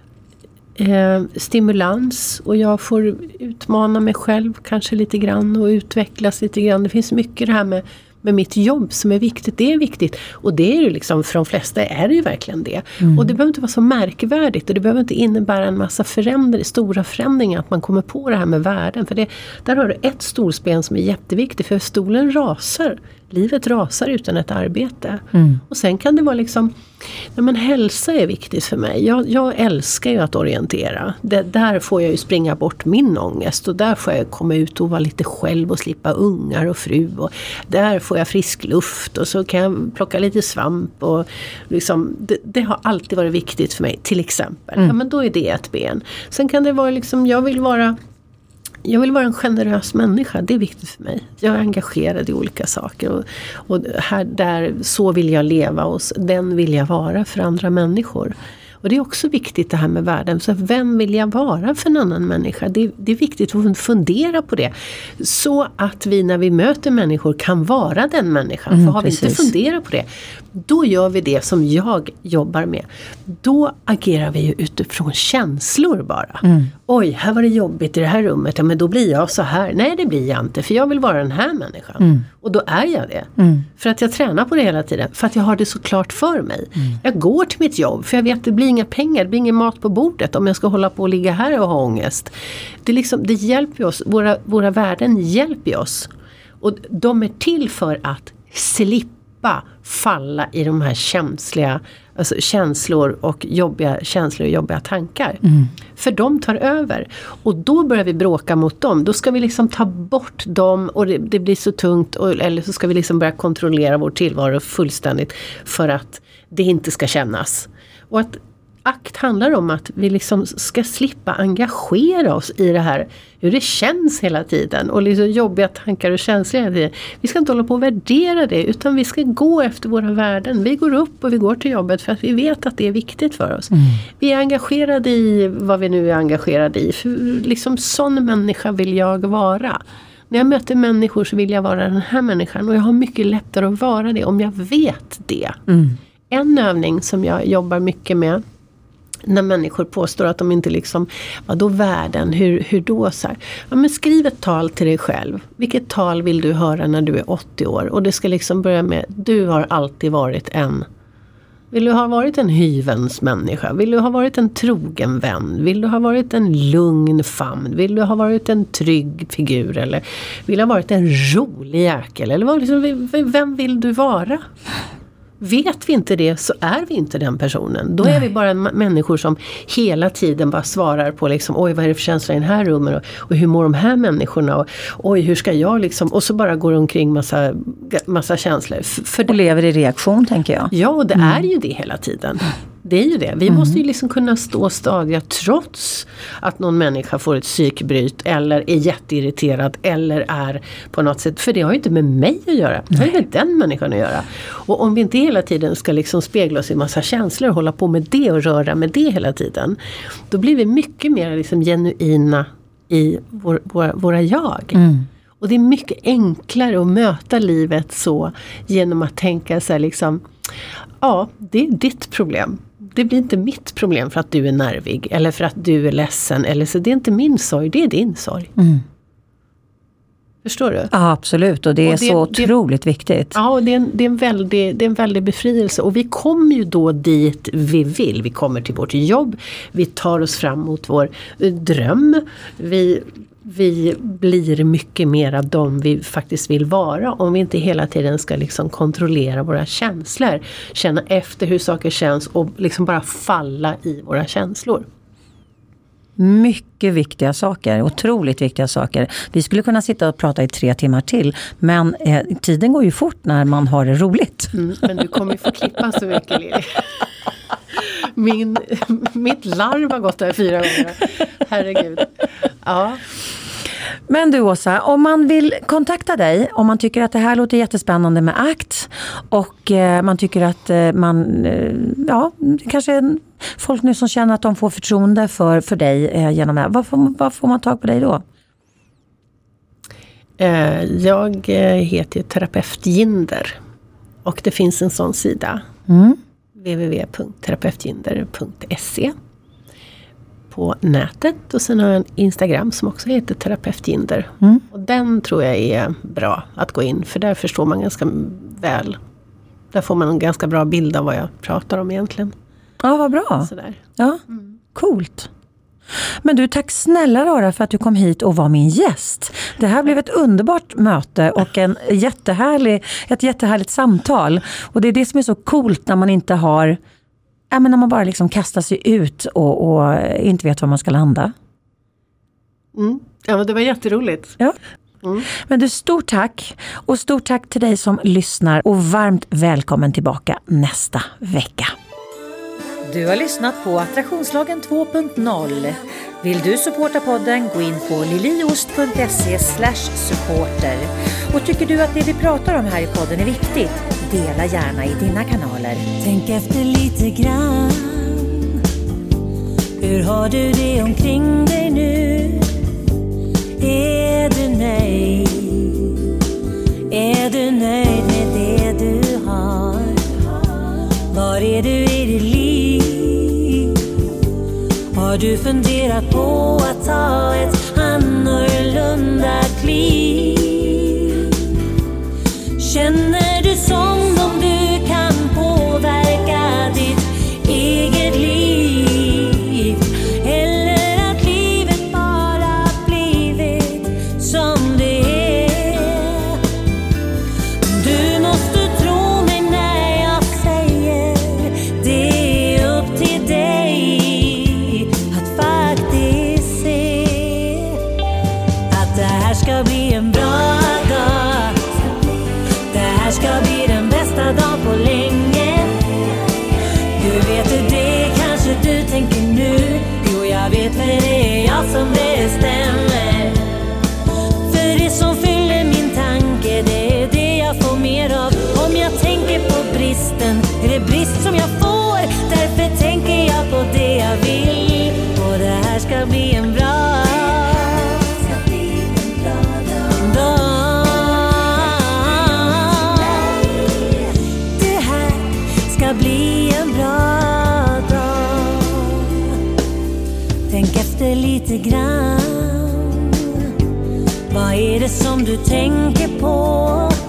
eh, stimulans och jag får utmana mig själv kanske lite grann och utvecklas lite grann. Det finns mycket det här med med mitt jobb som är viktigt, det är viktigt. Och det är ju liksom, för de flesta är det ju verkligen det. Mm. Och det behöver inte vara så märkvärdigt och det behöver inte innebära en massa förändring, stora förändringar att man kommer på det här med värden. För det, där har du ett storspel som är jätteviktigt, för stolen rasar. Livet rasar utan ett arbete. Mm. Och sen kan det vara liksom, nej men hälsa är viktigt för mig. Jag, jag älskar ju att orientera. Det, där får jag ju springa bort min ångest. Och där får jag komma ut och vara lite själv och slippa ungar och fru. Och där får jag frisk luft och så kan jag plocka lite svamp. Och liksom, det, det har alltid varit viktigt för mig, till exempel. Mm. Ja, men då är det ett ben. Sen kan det vara liksom, jag vill vara... Jag vill vara en generös människa, det är viktigt för mig. Jag är engagerad i olika saker och, och här, där, så vill jag leva och den vill jag vara för andra människor. Och det är också viktigt det här med världen. Så vem vill jag vara för en annan människa? Det, det är viktigt att fundera på det. Så att vi när vi möter människor kan vara den människan. Mm, för har precis. vi inte funderat på det, då gör vi det som jag jobbar med. Då agerar vi ju utifrån känslor bara. Mm. Oj, här var det jobbigt i det här rummet. Ja, men då blir jag så här. Nej, det blir jag inte. För jag vill vara den här människan. Mm. Och då är jag det. Mm. För att jag tränar på det hela tiden. För att jag har det så klart för mig. Mm. Jag går till mitt jobb. För jag vet att det blir blir inga pengar, det blir ingen mat på bordet om jag ska hålla på och ligga här och ha ångest. Det, liksom, det hjälper oss, våra, våra värden hjälper oss. Och de är till för att slippa falla i de här känsliga alltså känslor och jobbiga känslor och jobbiga tankar. Mm. För de tar över. Och då börjar vi bråka mot dem. Då ska vi liksom ta bort dem och det, det blir så tungt. Och, eller så ska vi liksom börja kontrollera vår tillvaro fullständigt för att det inte ska kännas. Och att akt handlar om att vi liksom ska slippa engagera oss i det här, hur det känns hela tiden och liksom jobbiga tankar och känslor hela tiden. Vi ska inte hålla på och värdera det, utan vi ska gå efter våra värden. Vi går upp och vi går till jobbet för att vi vet att det är viktigt för oss. Mm. Vi är engagerade i vad vi nu är engagerade i. För liksom sån människa vill jag vara. När jag möter människor så vill jag vara den här människan, och jag har mycket lättare att vara det om jag vet det. Mm. En övning som jag jobbar mycket med när människor påstår att de inte liksom, vadå världen, hur, hur då så här? Ja, men skriv ett tal till dig själv. Vilket tal vill du höra när du är åttio år? Och det ska liksom börja med, du har alltid varit en. Vill du ha varit en hyvens människa? Vill du ha varit en trogen vän? Vill du ha varit en lugn famn? Vill du ha varit en trygg figur? Eller vill du ha varit en rolig jäkel? Eller vad, liksom, vem vill du vara? Vet vi inte det så är vi inte den personen. Då är Nej. vi bara människor som hela tiden bara svarar på liksom, oj vad är det för känsla i den här rummen och, och hur mår de här människorna och oj hur ska jag liksom, och så bara går omkring massa, massa känslor. För och lever i reaktion tänker jag. Ja, och det mm. är ju det hela tiden. Det är ju det. Vi mm. måste ju liksom kunna stå stadiga trots att någon människa får ett psykbryt eller är jätteirriterad eller är på något sätt. För det har ju inte med mig att göra. Det har ju med den människan att göra. Och om vi inte hela tiden ska liksom spegla oss i massa känslor och hålla på med det och röra med det hela tiden. Då blir vi mycket mer liksom genuina i vår, våra, våra jag. Mm. Och det är mycket enklare att möta livet så genom att tänka så här liksom, ja, det är ditt problem. Det blir inte mitt problem för att du är nervig eller för att du är ledsen. Eller så det är inte min sorg, det är din sorg. Mm. Förstår du? Ja, absolut. Och det är och det, så det, otroligt viktigt. Ja, och det är, en, det, är en väldig, det är en väldig befrielse. Och vi kommer ju då dit vi vill. Vi kommer till vårt jobb. Vi tar oss fram mot vår dröm. Vi... Vi blir mycket mer av dem vi faktiskt vill vara om vi inte hela tiden ska liksom kontrollera våra känslor. Känna efter hur saker känns och liksom bara falla i våra känslor. Mycket viktiga saker, otroligt viktiga saker. Vi skulle kunna sitta och prata i tre timmar till, men eh, tiden går ju fort när man har det roligt. Mm, men du kommer ju få klippa så mycket, Lili. Min, mitt larm har gått där fyra gånger. Herregud. Ja. Men du Åsa, om man vill kontakta dig, om man tycker att det här låter jättespännande med ACT och eh, man tycker att eh, man, eh, ja, kanske är folk nu som känner att de får förtroende för, för dig eh, genom det här. Vad får, vad får man tag på dig då? Eh, jag heter Terapeut Jinder och det finns en sån sida. Mm. w w w punkt terapeutjinder punkt se på nätet, och sen har jag en Instagram som också heter Terapeutjinder. Mm. Och den tror jag är bra att gå in, för där förstår man ganska väl. Där får man en ganska bra bild av vad jag pratar om egentligen. Ja, vad bra. Sådär. Ja, mm. Coolt. Men du, tack snälla Rara för att du kom hit och var min gäst. Det här blev ett underbart möte och en jättehärlig, ett jättehärligt samtal. Och det är det som är så coolt när man inte har, ja, men när man bara liksom kastar sig ut och, och inte vet var man ska landa. Mm. Ja, men det var jätteroligt. Ja. Mm. Men du, stort tack. Och stort tack till dig som lyssnar och varmt välkommen tillbaka nästa vecka. Du har lyssnat på Attraktionslagen två punkt noll. Vill du supporta podden, gå in på liliost punkt se slash supporter. Och tycker du att det vi pratar om här i podden är viktigt, dela gärna i dina kanaler. Tänk efter lite grann. Hur har du det omkring dig nu? Är du nöjd? Är du nöjd med det du har? Var är du i ditt liv? Har du funderat på att ta ett annorlunda kliv? Känner du som om du kan påverka ditt eget liv? ska bli den bästa dagen på länge. Hur vet du det, kanske du tänker nu? Jo, jag vet, för det är jag som bestämmer. För det som fyller min tanke, det är det jag får mer av. Om jag tänker på bristen, är det brist som jag får. Därför tänker jag på det jag vill. Och det här ska bli en bra bli en bra dag. Tänk efter lite grann. Vad är det som du tänker på?